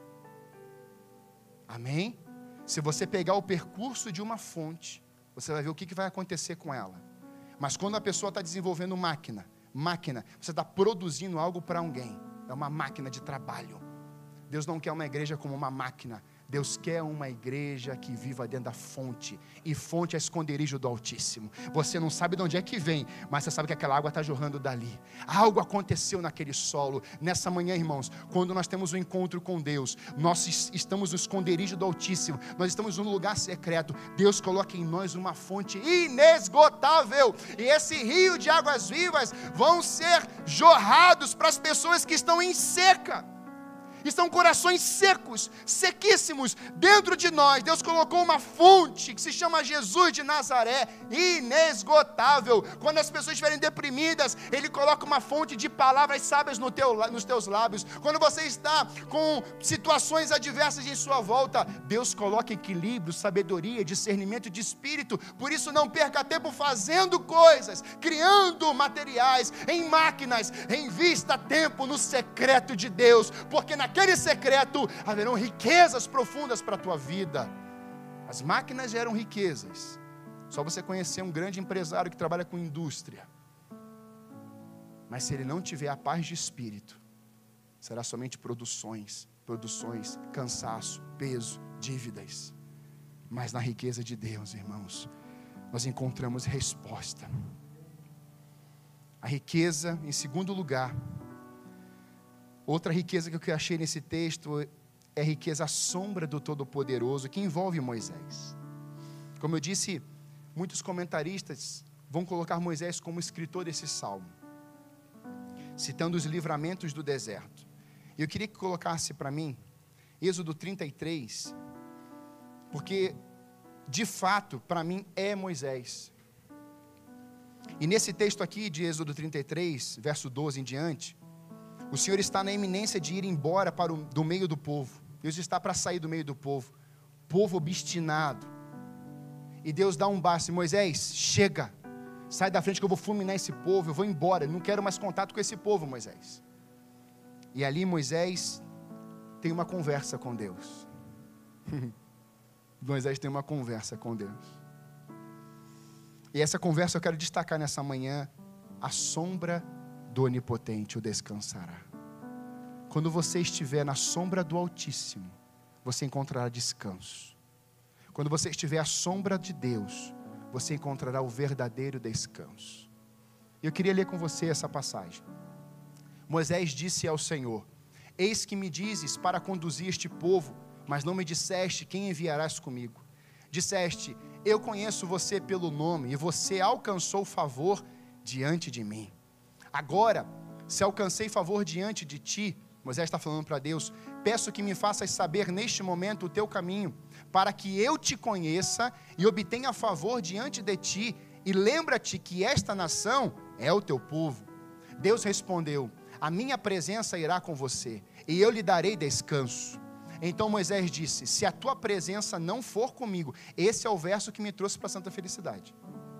Amém? Se você pegar o percurso de uma fonte, você vai ver o que, que vai acontecer com ela. Mas quando a pessoa está desenvolvendo máquina, máquina, você está produzindo algo para alguém. É uma máquina de trabalho. Deus não quer uma igreja como uma máquina. Deus quer uma igreja que viva dentro da fonte. E fonte é esconderijo do Altíssimo. Você não sabe de onde é que vem, mas você sabe que aquela água está jorrando dali. Algo aconteceu naquele solo. Nessa manhã, irmãos, quando nós temos um encontro com Deus, nós estamos no esconderijo do Altíssimo. Nós estamos num lugar secreto. Deus coloca em nós uma fonte inesgotável. E esse rio de águas vivas vão ser jorrados para as pessoas que estão em seca. Estão corações secos, sequíssimos dentro de nós. Deus colocou uma fonte que se chama Jesus de Nazaré, inesgotável. Quando as pessoas estiverem deprimidas, Ele coloca uma fonte de palavras sábias no teu, nos teus lábios. Quando você está com situações adversas em sua volta, Deus coloca equilíbrio, sabedoria, discernimento de espírito. Por isso não perca tempo fazendo coisas, criando materiais, em máquinas. Invista tempo no secreto de Deus, porque na Naquele secreto haverão riquezas profundas para a tua vida. As máquinas geram riquezas. Só você conhecer um grande empresário que trabalha com indústria. Mas se ele não tiver a paz de espírito, será somente produções, produções, cansaço, peso, dívidas. Mas na riqueza de Deus, irmãos, nós encontramos resposta. A riqueza, em segundo lugar, outra riqueza que eu achei nesse texto é a riqueza à sombra do Todo-Poderoso, que envolve Moisés. Como eu disse, muitos comentaristas vão colocar Moisés como escritor desse salmo, citando os livramentos do deserto. E eu queria que colocasse para mim Êxodo trinta e três, porque, de fato, para mim é Moisés. E nesse texto aqui de Êxodo trinta e três, verso doze em diante, o Senhor está na iminência de ir embora para o, do meio do povo. Deus está para sair do meio do povo. Povo obstinado. E Deus dá um basta. Moisés, chega. Sai da frente que eu vou fulminar esse povo. Eu vou embora. Eu não quero mais contato com esse povo, Moisés. E ali Moisés tem uma conversa com Deus. Moisés tem uma conversa com Deus. E essa conversa eu quero destacar nessa manhã. A sombra do Onipotente o descansará. Quando você estiver na sombra do Altíssimo, você encontrará descanso. Quando você estiver à sombra de Deus, você encontrará o verdadeiro descanso. Eu queria ler com você essa passagem. Moisés disse ao Senhor: eis que me dizes para conduzir este povo, mas não me disseste quem enviarás comigo. Disseste: eu conheço você pelo nome, e você alcançou favor diante de mim. Agora, se alcancei favor diante de ti, Moisés está falando para Deus, peço que me faças saber neste momento o teu caminho, para que eu te conheça e obtenha favor diante de ti, e lembra-te que esta nação é o teu povo. Deus respondeu: a minha presença irá com você, e eu lhe darei descanso. Então Moisés disse: se a tua presença não for comigo, esse é o verso que me trouxe para a santa felicidade.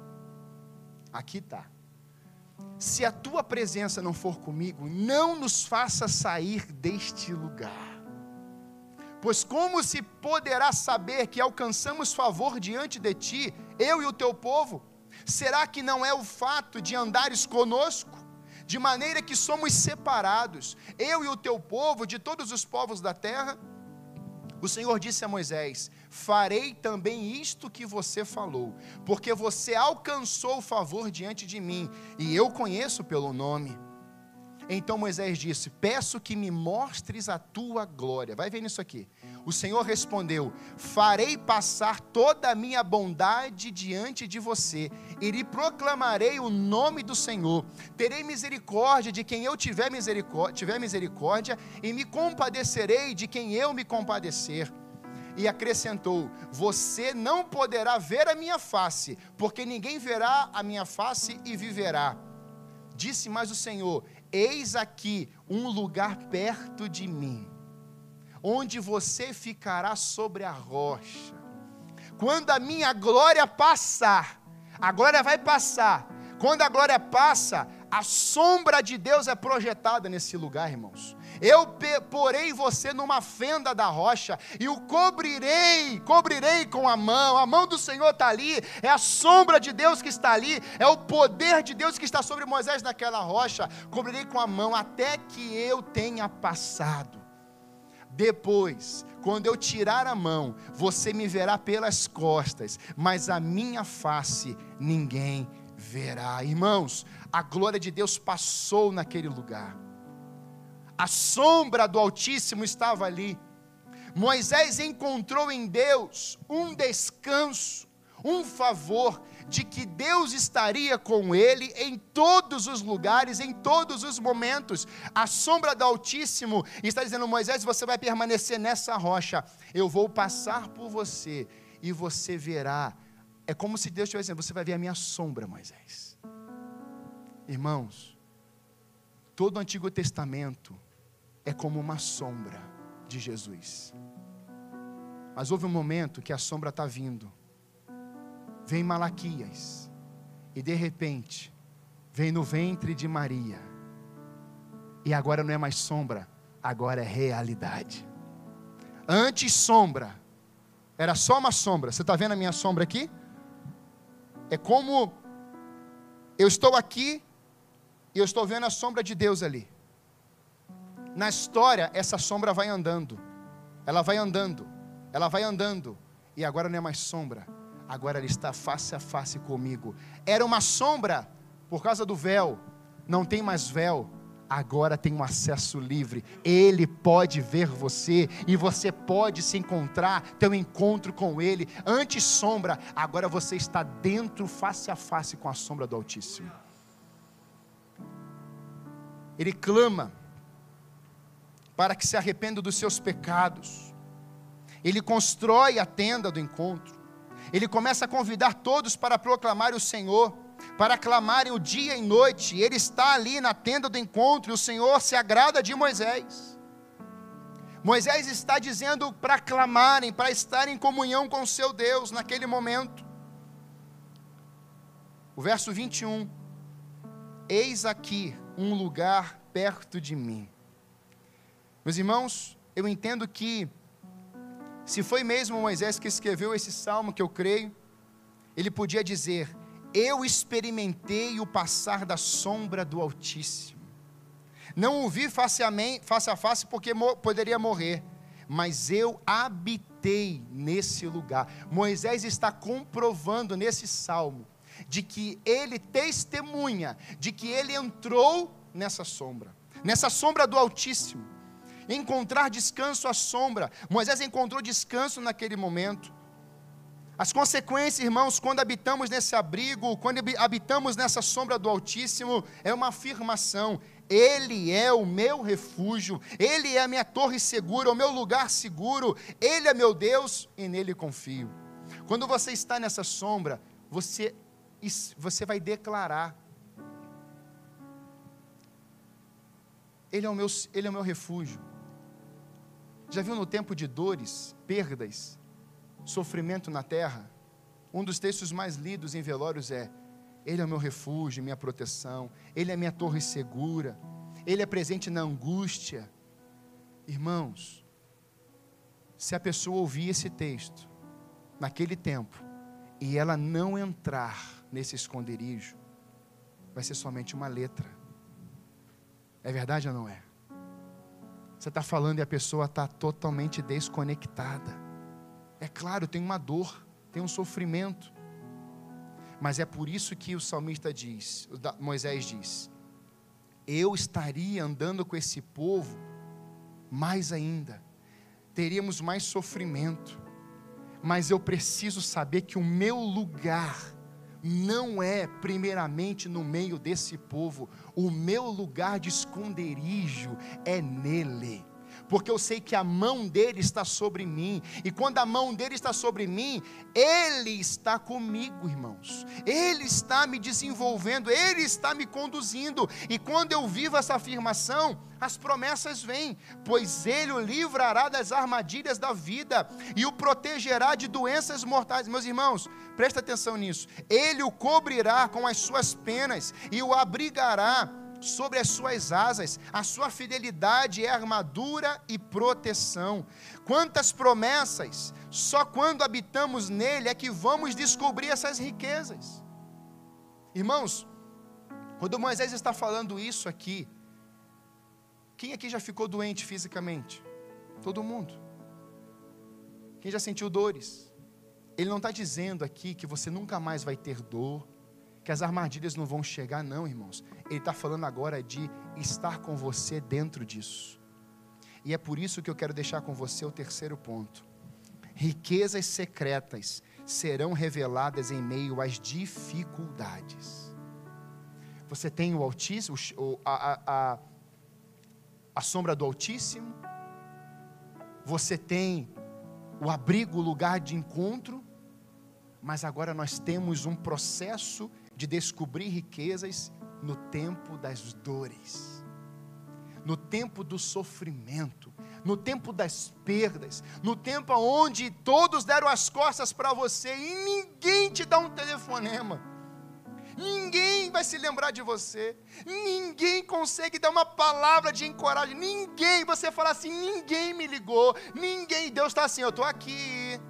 Aqui está. Se a tua presença não for comigo, não nos faça sair deste lugar. Pois como se poderá saber que alcançamos favor diante de ti, eu e o teu povo? Será que não é o fato de andares conosco? De maneira que somos separados, eu e o teu povo, de todos os povos da terra? O Senhor disse a Moisés: farei também isto que você falou, porque você alcançou o favor diante de mim, e eu conheço pelo nome. Então Moisés disse: peço que me mostres a tua glória. Vai ver nisso aqui. O Senhor respondeu: farei passar toda a minha bondade diante de você, e lhe proclamarei o nome do Senhor. Terei misericórdia de quem eu tiver misericórdia, tiver misericórdia, e me compadecerei de quem eu me compadecer. E acrescentou: você não poderá ver a minha face, porque ninguém verá a minha face e viverá. Disse mais o Senhor: eis aqui um lugar perto de mim, onde você ficará sobre a rocha. Quando a minha glória passar, a glória vai passar. Quando a glória passa, a sombra de Deus é projetada nesse lugar, irmãos. Eu porei você numa fenda da rocha e o cobrirei, cobrirei com a mão. A mão do Senhor está ali, é a sombra de Deus que está ali, é o poder de Deus que está sobre Moisés naquela rocha. Cobrirei com a mão até que eu tenha passado. Depois, quando eu tirar a mão, você me verá pelas costas, mas a minha face ninguém verá. Irmãos, a glória de Deus passou naquele lugar. A sombra do Altíssimo estava ali. Moisés encontrou em Deus um descanso, um favor, de que Deus estaria com ele em todos os lugares, em todos os momentos. A sombra do Altíssimo está dizendo: Moisés, você vai permanecer nessa rocha, eu vou passar por você, e você verá. É como se Deus estivesse dizendo: você vai ver a minha sombra, Moisés. Irmãos, todo o Antigo Testamento é como uma sombra de Jesus. Mas houve um momento que a sombra está vindo. Vem Malaquias, e de repente, vem no ventre de Maria, e agora não é mais sombra, agora é realidade. Antes sombra, era só uma sombra. Você está vendo a minha sombra aqui? É como eu estou aqui, e eu estou vendo a sombra de Deus ali. Na história, essa sombra vai andando, ela vai andando, ela vai andando, e agora não é mais sombra, agora ela está face a face comigo. Era uma sombra por causa do véu, não tem mais véu, agora tem um acesso livre. Ele pode ver você, e você pode se encontrar, ter um encontro com Ele. Antes sombra, agora você está dentro, face a face com a sombra do Altíssimo. Ele clama para que se arrependa dos seus pecados. Ele constrói a tenda do encontro. Ele começa a convidar todos para proclamar o Senhor, para clamarem o dia e noite. Ele está ali na tenda do encontro, e o Senhor se agrada de Moisés. Moisés está dizendo para clamarem, para estar em comunhão com o seu Deus naquele momento. O verso vinte e um: eis aqui um lugar perto de mim. Meus irmãos, eu entendo que, se foi mesmo Moisés que escreveu esse salmo, que eu creio, ele podia dizer: eu experimentei o passar da sombra do Altíssimo. Não o vi face a, mim, face a face porque mo- poderia morrer, mas eu habitei nesse lugar. Moisés está comprovando nesse salmo, de que ele testemunha, de que ele entrou nessa sombra, nessa sombra do Altíssimo. Encontrar descanso à sombra. Moisés encontrou descanso naquele momento. As consequências, irmãos, quando habitamos nesse abrigo, quando habitamos nessa sombra do Altíssimo, é uma afirmação: Ele é o meu refúgio, Ele é a minha torre segura, o meu lugar seguro, Ele é meu Deus e nele confio. Quando você está nessa sombra, você, você vai declarar: Ele é o meu, Ele é o meu refúgio. Já viu no tempo de dores, perdas, sofrimento na terra? Um dos textos mais lidos em velórios é: Ele é o meu refúgio, minha proteção, Ele é minha torre segura, Ele é presente na angústia. Irmãos, se a pessoa ouvir esse texto, naquele tempo, e ela não entrar nesse esconderijo, vai ser somente uma letra. É verdade ou não é? Você está falando e a pessoa está totalmente desconectada. É claro, tem uma dor, tem um sofrimento. Mas é por isso que o salmista diz, Moisés diz: eu estaria andando com esse povo mais ainda, teríamos mais sofrimento, mas eu preciso saber que o meu lugar não é primeiramente no meio desse povo, o meu lugar de esconderijo é nele. porque eu sei que a mão dele está sobre mim, e quando a mão dele está sobre mim, ele está comigo, irmãos, ele está me desenvolvendo, ele está me conduzindo, e quando eu vivo essa afirmação, as promessas vêm, pois ele o livrará das armadilhas da vida, e o protegerá de doenças mortais. Meus irmãos, presta atenção nisso, ele o cobrirá com as suas penas, e o abrigará sobre as suas asas, a sua fidelidade é armadura e proteção. Quantas promessas, só quando habitamos nele é que vamos descobrir essas riquezas. Irmãos, quando Moisés está falando isso aqui, quem aqui já ficou doente fisicamente? Todo mundo. Quem já sentiu dores? Ele não está dizendo aqui que você nunca mais vai ter dor, que as armadilhas não vão chegar, não, irmãos. Ele está falando agora de estar com você dentro disso. E é por isso que eu quero deixar com você o terceiro ponto. Riquezas secretas serão reveladas em meio às dificuldades. Você tem o Altíssimo, a, a, a, a sombra do Altíssimo, você tem o abrigo, o lugar de encontro, mas agora nós temos um processo de descobrir riquezas no tempo das dores, no tempo do sofrimento, no tempo das perdas, no tempo onde todos deram as costas para você e ninguém te dá um telefonema, ninguém vai se lembrar de você, ninguém consegue dar uma palavra de encoragem, ninguém, você fala assim, ninguém me ligou, ninguém, Deus está assim, eu estou aqui,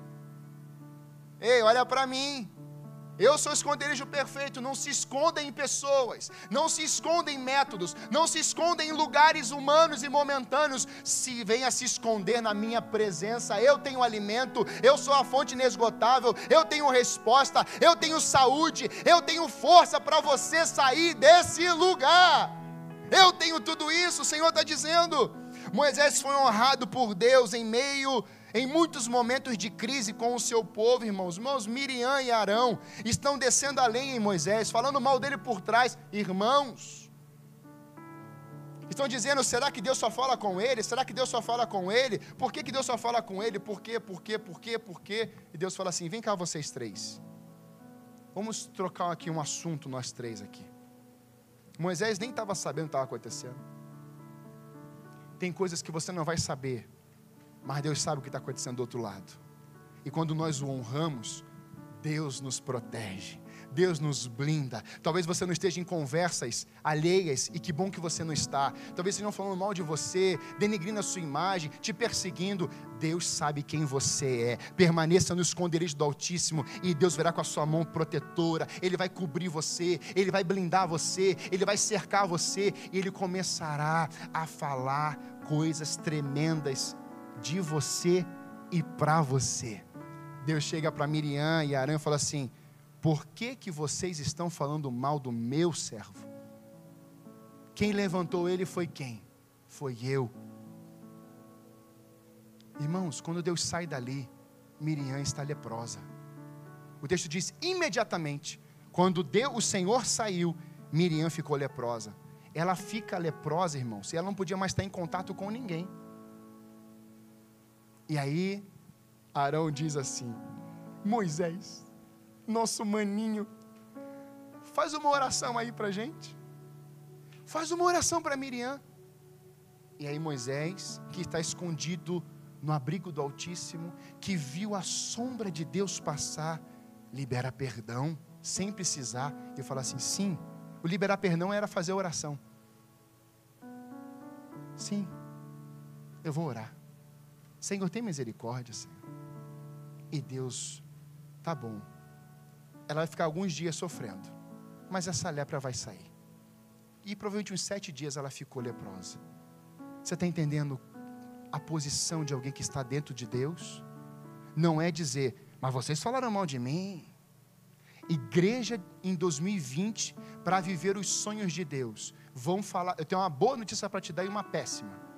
ei, olha para mim, eu sou o esconderijo perfeito. Não se escondem em pessoas, não se escondem em métodos, não se escondem em lugares humanos e momentâneos. Se venha se esconder na minha presença, eu tenho alimento, eu sou a fonte inesgotável, eu tenho resposta, eu tenho saúde, eu tenho força para você sair desse lugar. Eu tenho tudo isso, o Senhor está dizendo. Moisés foi honrado por Deus em meio Em muitos momentos de crise com o seu povo, irmãos, irmãos, Miriam e Arão estão descendo a lenha em Moisés, falando mal dele por trás, irmãos, estão dizendo, será que Deus só fala com ele? Será que Deus só fala com ele? Por que que Deus só fala com ele? Por quê? Por quê? Por quê? Por quê? E Deus fala assim, vem cá vocês três, vamos trocar aqui um assunto nós três aqui. Moisés nem estava sabendo o que estava acontecendo. Tem coisas que você não vai saber, mas Deus sabe o que está acontecendo do outro lado. E quando nós o honramos, Deus nos protege, Deus nos blinda. Talvez você não esteja em conversas alheias, e que bom que você não está. Talvez estejam falando mal de você, denegrindo a sua imagem, te perseguindo. Deus sabe quem você é. Permaneça no esconderijo do Altíssimo, e Deus virá com a sua mão protetora. Ele vai cobrir você, Ele vai blindar você, Ele vai cercar você, e Ele começará a falar coisas tremendas de você e para você. Deus chega para Miriam e Arão e fala assim, por que que vocês estão falando mal do meu servo? Quem levantou ele foi quem? Foi eu. Irmãos, quando Deus sai dali, Miriam está leprosa. O texto diz, imediatamente, quando Deus, o Senhor saiu, Miriam ficou leprosa. Ela fica leprosa, irmãos, e ela não podia mais estar em contato com ninguém. E aí, Arão diz assim, Moisés, nosso maninho, faz uma oração aí para a gente, faz uma oração para Miriam. E aí Moisés, que está escondido no abrigo do Altíssimo, que viu a sombra de Deus passar, libera perdão, sem precisar, e fala assim, sim, o liberar perdão era fazer a oração, sim, eu vou orar, Senhor, tem misericórdia, Senhor. E Deus, tá bom, ela vai ficar alguns dias sofrendo, mas essa lepra vai sair. E provavelmente uns sete dias ela ficou leprosa. Você está entendendo a posição de alguém que está dentro de Deus? Não é dizer, mas vocês falaram mal de mim. Igreja em dois mil e vinte, para viver os sonhos de Deus, vão falar, eu tenho uma boa notícia para te dar e uma péssima.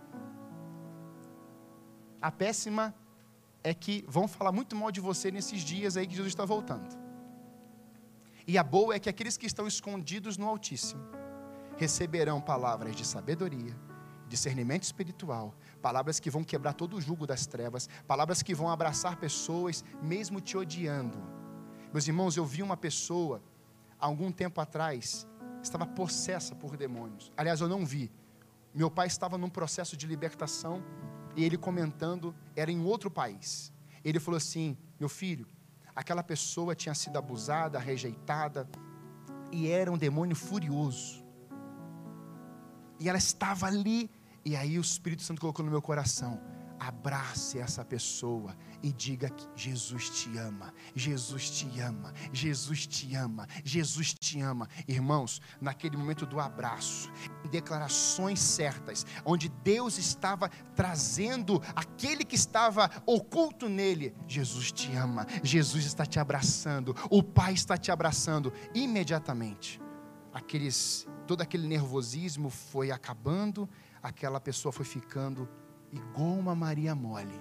A péssima é que vão falar muito mal de você nesses dias aí que Jesus está voltando. E a boa é que aqueles que estão escondidos no Altíssimo receberão palavras de sabedoria, discernimento espiritual, palavras que vão quebrar todo o jugo das trevas, palavras que vão abraçar pessoas mesmo te odiando. Meus irmãos, eu vi uma pessoa, há algum tempo atrás, estava possessa por demônios. Aliás, eu não vi. Meu pai estava num processo de libertação, e ele comentando, era em outro país. Ele falou assim: meu filho, aquela pessoa tinha sido abusada, rejeitada, e era um demônio furioso. E ela estava ali, e aí o Espírito Santo colocou no meu coração: abrace essa pessoa e diga que Jesus te ama, Jesus te ama, Jesus te ama, Jesus te ama. Irmãos, naquele momento do abraço, declarações certas, onde Deus estava trazendo aquele que estava oculto nele: Jesus te ama, Jesus está te abraçando, o Pai está te abraçando. Imediatamente, aqueles, todo aquele nervosismo foi acabando, aquela pessoa foi ficando igual uma Maria mole,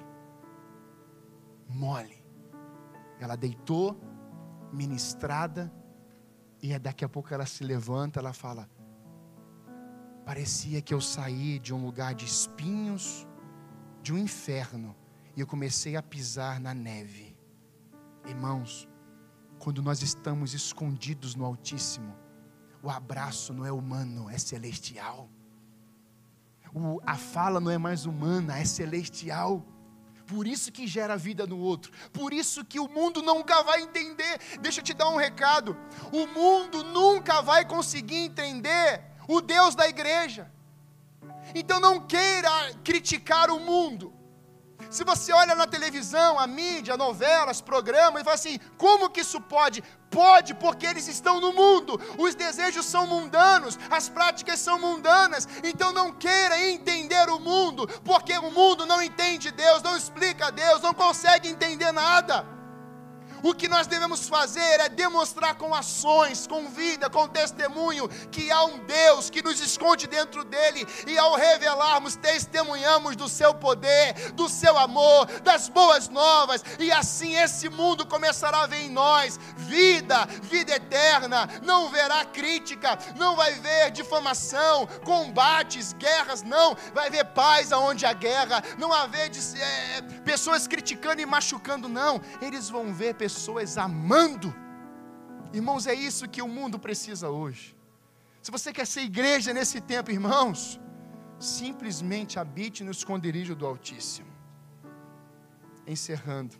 mole. Ela deitou, ministrada, e daqui a pouco ela se levanta, ela fala: parecia que eu saí de um lugar de espinhos, de um inferno, e eu comecei a pisar na neve. Irmãos, quando nós estamos escondidos no Altíssimo, o abraço não é humano, é celestial. O, a fala não é mais humana, é celestial. Por isso que gera vida no outro. Por isso que o mundo nunca vai entender. Deixa eu te dar um recado: o mundo nunca vai conseguir entender o Deus da igreja. Então não queira criticar o mundo. Se você olha na televisão, a mídia, novelas, programas, e fala assim: como que isso pode? Pode, porque eles estão no mundo. Os desejos são mundanos, as práticas são mundanas. Então não queira entender o mundo, porque o mundo não entende Deus, não explica Deus, não consegue entender nada. O que nós devemos fazer é demonstrar com ações, com vida, com testemunho, que há um Deus que nos esconde dentro dele, e ao revelarmos, testemunhamos do seu poder, do seu amor, das boas novas, e assim esse mundo começará a ver em nós vida, vida eterna. Não verá crítica, não vai ver difamação, combates, guerras, não, vai ver paz aonde há guerra, não vai ver é, pessoas criticando e machucando, não, eles vão ver pessoas pessoas amando. Irmãos, é isso que o mundo precisa hoje. Se você quer ser igreja nesse tempo, irmãos, simplesmente habite no esconderijo do Altíssimo. Encerrando,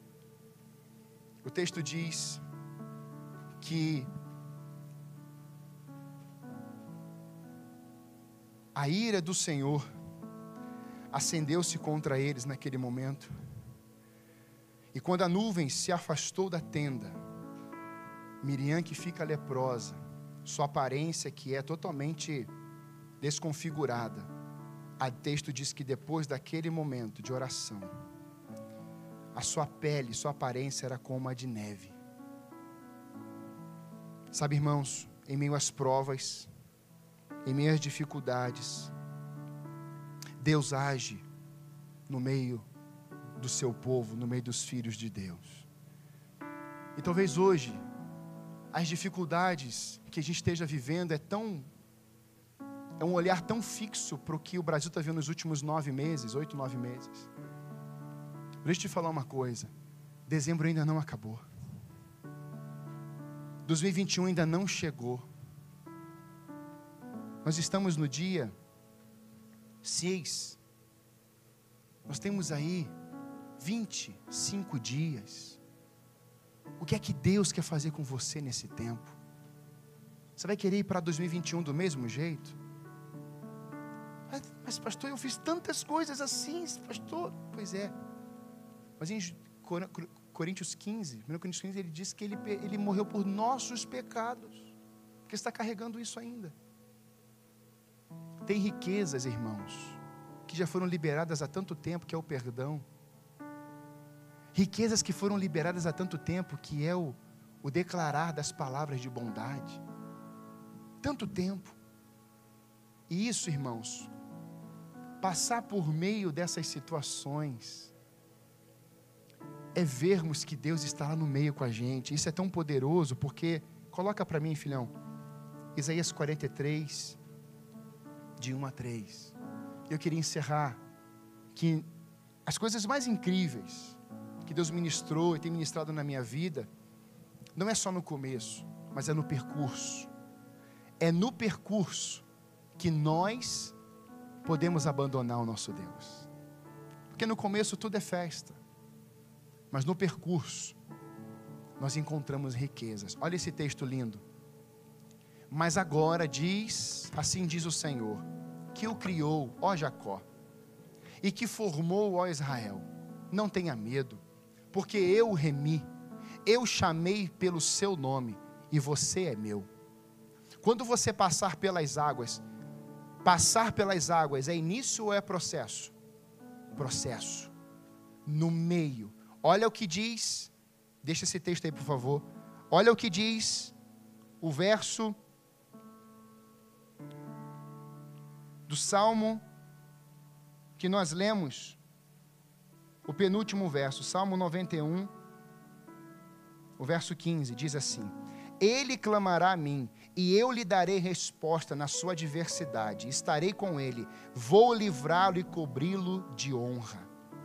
o texto diz que a ira do Senhor acendeu-se contra eles naquele momento. E quando a nuvem se afastou da tenda, Miriam, que fica leprosa, sua aparência que é totalmente desconfigurada, o texto diz que depois daquele momento de oração, a sua pele, sua aparência era como a de neve. Sabe, irmãos, em meio às provas, em meio às dificuldades, Deus age no meio do seu povo, no meio dos filhos de Deus. E talvez hoje as dificuldades que a gente esteja vivendo é tão é um olhar tão fixo para o que o Brasil está vendo nos últimos nove meses, oito, nove meses. Deixa eu te falar uma coisa: dezembro ainda não acabou, dois mil e vinte e um ainda não chegou. Nós estamos no dia seis. Nós temos aí vinte e cinco dias. O que é que Deus quer fazer com você nesse tempo? Você vai querer ir para dois mil e vinte e um do mesmo jeito? Mas, mas pastor, eu fiz tantas coisas assim, pastor. Pois é. Mas em Coríntios quinze, primeiro Coríntios quinze, ele diz que ele, ele morreu por nossos pecados. Porque está carregando isso ainda. Tem riquezas, irmãos, que já foram liberadas há tanto tempo, que é o perdão. Riquezas que foram liberadas há tanto tempo, que é o, o declarar das palavras de bondade. Tanto tempo. E isso, irmãos, passar por meio dessas situações, é vermos que Deus está lá no meio com a gente. Isso é tão poderoso, porque, coloca para mim, filhão, Isaías quarenta e três, de um a três. Eu queria encerrar que as coisas mais incríveis que Deus ministrou e tem ministrado na minha vida, não é só no começo, mas é no percurso. É no percurso que nós podemos abandonar o nosso Deus. Porque no começo tudo é festa, mas no percurso nós encontramos riquezas. Olha esse texto lindo. Mas agora diz, assim diz o Senhor, que o criou, ó Jacó, e que formou, ó Israel, não tenha medo, porque eu o remi, eu chamei pelo seu nome, e você é meu. Quando você passar pelas águas, passar pelas águas é início ou é processo? Processo. No meio. Olha o que diz, deixa esse texto aí por favor, olha o que diz o verso do Salmo que nós lemos, o penúltimo verso, Salmo noventa e um, o verso quinze, diz assim: Ele clamará a mim, e eu lhe darei resposta na sua adversidade, estarei com ele, vou livrá-lo e cobri-lo de honra.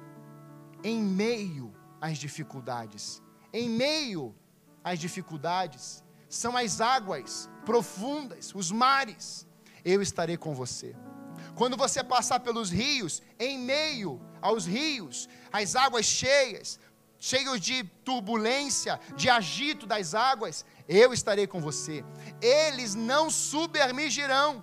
Em meio às dificuldades, em meio às dificuldades, são as águas profundas, os mares, eu estarei com você. Quando você passar pelos rios, em meio aos rios, as águas cheias, cheios de turbulência, de agito das águas, eu estarei com você. Eles não submergirão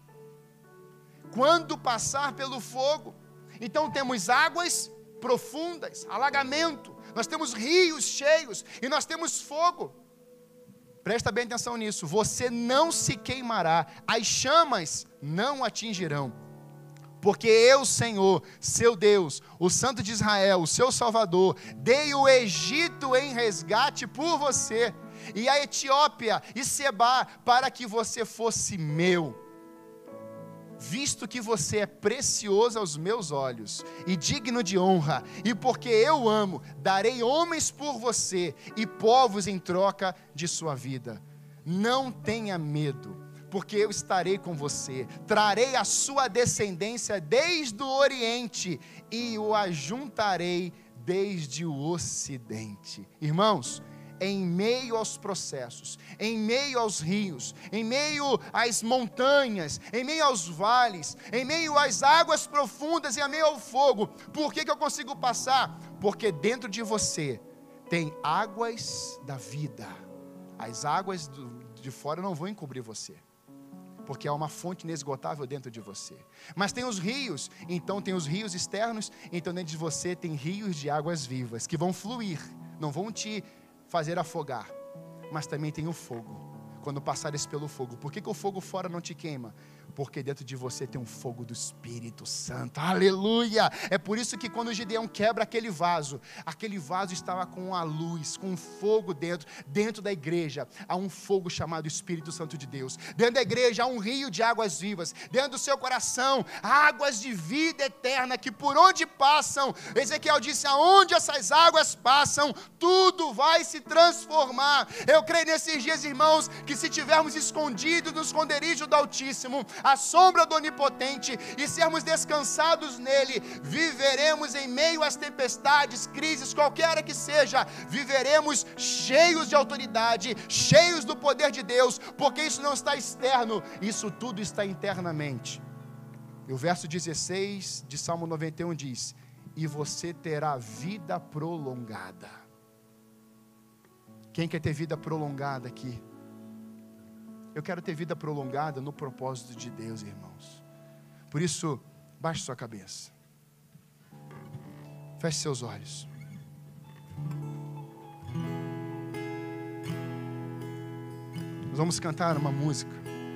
quando passar pelo fogo. Então temos águas profundas, alagamento, nós temos rios cheios e nós temos fogo. Presta bem atenção nisso, você não se queimará, as chamas não atingirão, porque eu, Senhor, seu Deus, o Santo de Israel, o seu Salvador, dei o Egito em resgate por você, e a Etiópia e Sebá, para que você fosse meu. Visto que você é precioso aos meus olhos, e digno de honra, e porque eu amo, darei homens por você, e povos em troca de sua vida. Não tenha medo, porque eu estarei com você, trarei a sua descendência desde o Oriente, e o ajuntarei desde o Ocidente. Irmãos, em meio aos processos, em meio aos rios, em meio às montanhas, em meio aos vales, em meio às águas profundas e em meio ao fogo, por que que eu consigo passar? Porque dentro de você tem águas da vida. As águas do, de fora não vão encobrir você, porque há uma fonte inesgotável dentro de você. Mas tem os rios, então tem os rios externos, então dentro de você tem rios de águas vivas, que vão fluir, não vão te fazer afogar, mas também tem o fogo, quando passares pelo fogo. Por que que o fogo fora não te queima? Porque dentro de você tem um fogo do Espírito Santo, aleluia. É por isso que quando o Gideão quebra aquele vaso, aquele vaso estava com a luz, com um fogo dentro, dentro da igreja, há um fogo chamado Espírito Santo de Deus, dentro da igreja há um rio de águas vivas, dentro do seu coração, águas de vida eterna, que por onde passam, Ezequiel disse, aonde essas águas passam, tudo vai se transformar. Eu creio nesses dias, irmãos, que se tivermos escondidos no esconderijo do Altíssimo, a sombra do Onipotente, e sermos descansados nele, viveremos em meio às tempestades, crises, qualquer que seja, viveremos cheios de autoridade, cheios do poder de Deus, porque isso não está externo, isso tudo está internamente. E o verso dezesseis de Salmo noventa e um diz, e você terá vida prolongada. Quem quer ter vida prolongada aqui? Eu quero ter vida prolongada no propósito de Deus, irmãos. Por isso, baixe sua cabeça. Feche seus olhos. Nós vamos cantar uma música.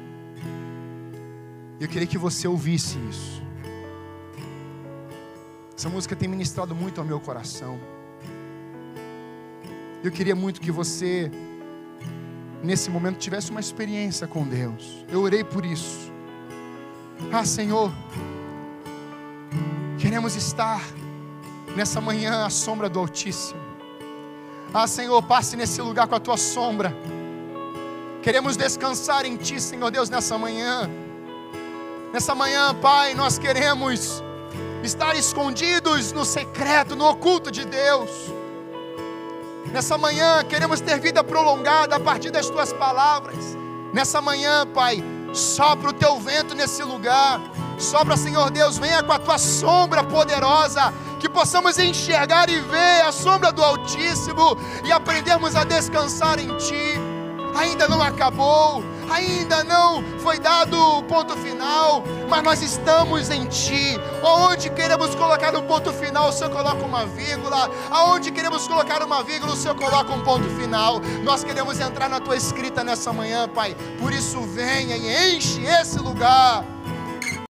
Eu queria que você ouvisse isso. Essa música tem ministrado muito ao meu coração. Eu queria muito que você, nesse momento, tivesse uma experiência com Deus. Eu orei por isso. Ah, Senhor, queremos estar nessa manhã à sombra do Altíssimo. Ah, Senhor, passe nesse lugar com a Tua sombra. Queremos descansar em Ti, Senhor Deus, nessa manhã. Nessa manhã, Pai, nós queremos estar escondidos no secreto, no oculto de Deus. Nessa manhã, queremos ter vida prolongada a partir das Tuas palavras. Nessa manhã, Pai, sopra o Teu vento nesse lugar. Sopra, Senhor Deus, venha com a Tua sombra poderosa, que possamos enxergar e ver a sombra do Altíssimo e aprendermos a descansar em Ti. Ainda não acabou, ainda não foi dado o ponto final, mas nós estamos em Ti. Onde queremos colocar um ponto final, o Senhor coloca uma vírgula. Aonde queremos colocar uma vírgula, o Senhor coloca um ponto final. Nós queremos entrar na Tua escrita nessa manhã, Pai. Por isso venha e enche esse lugar.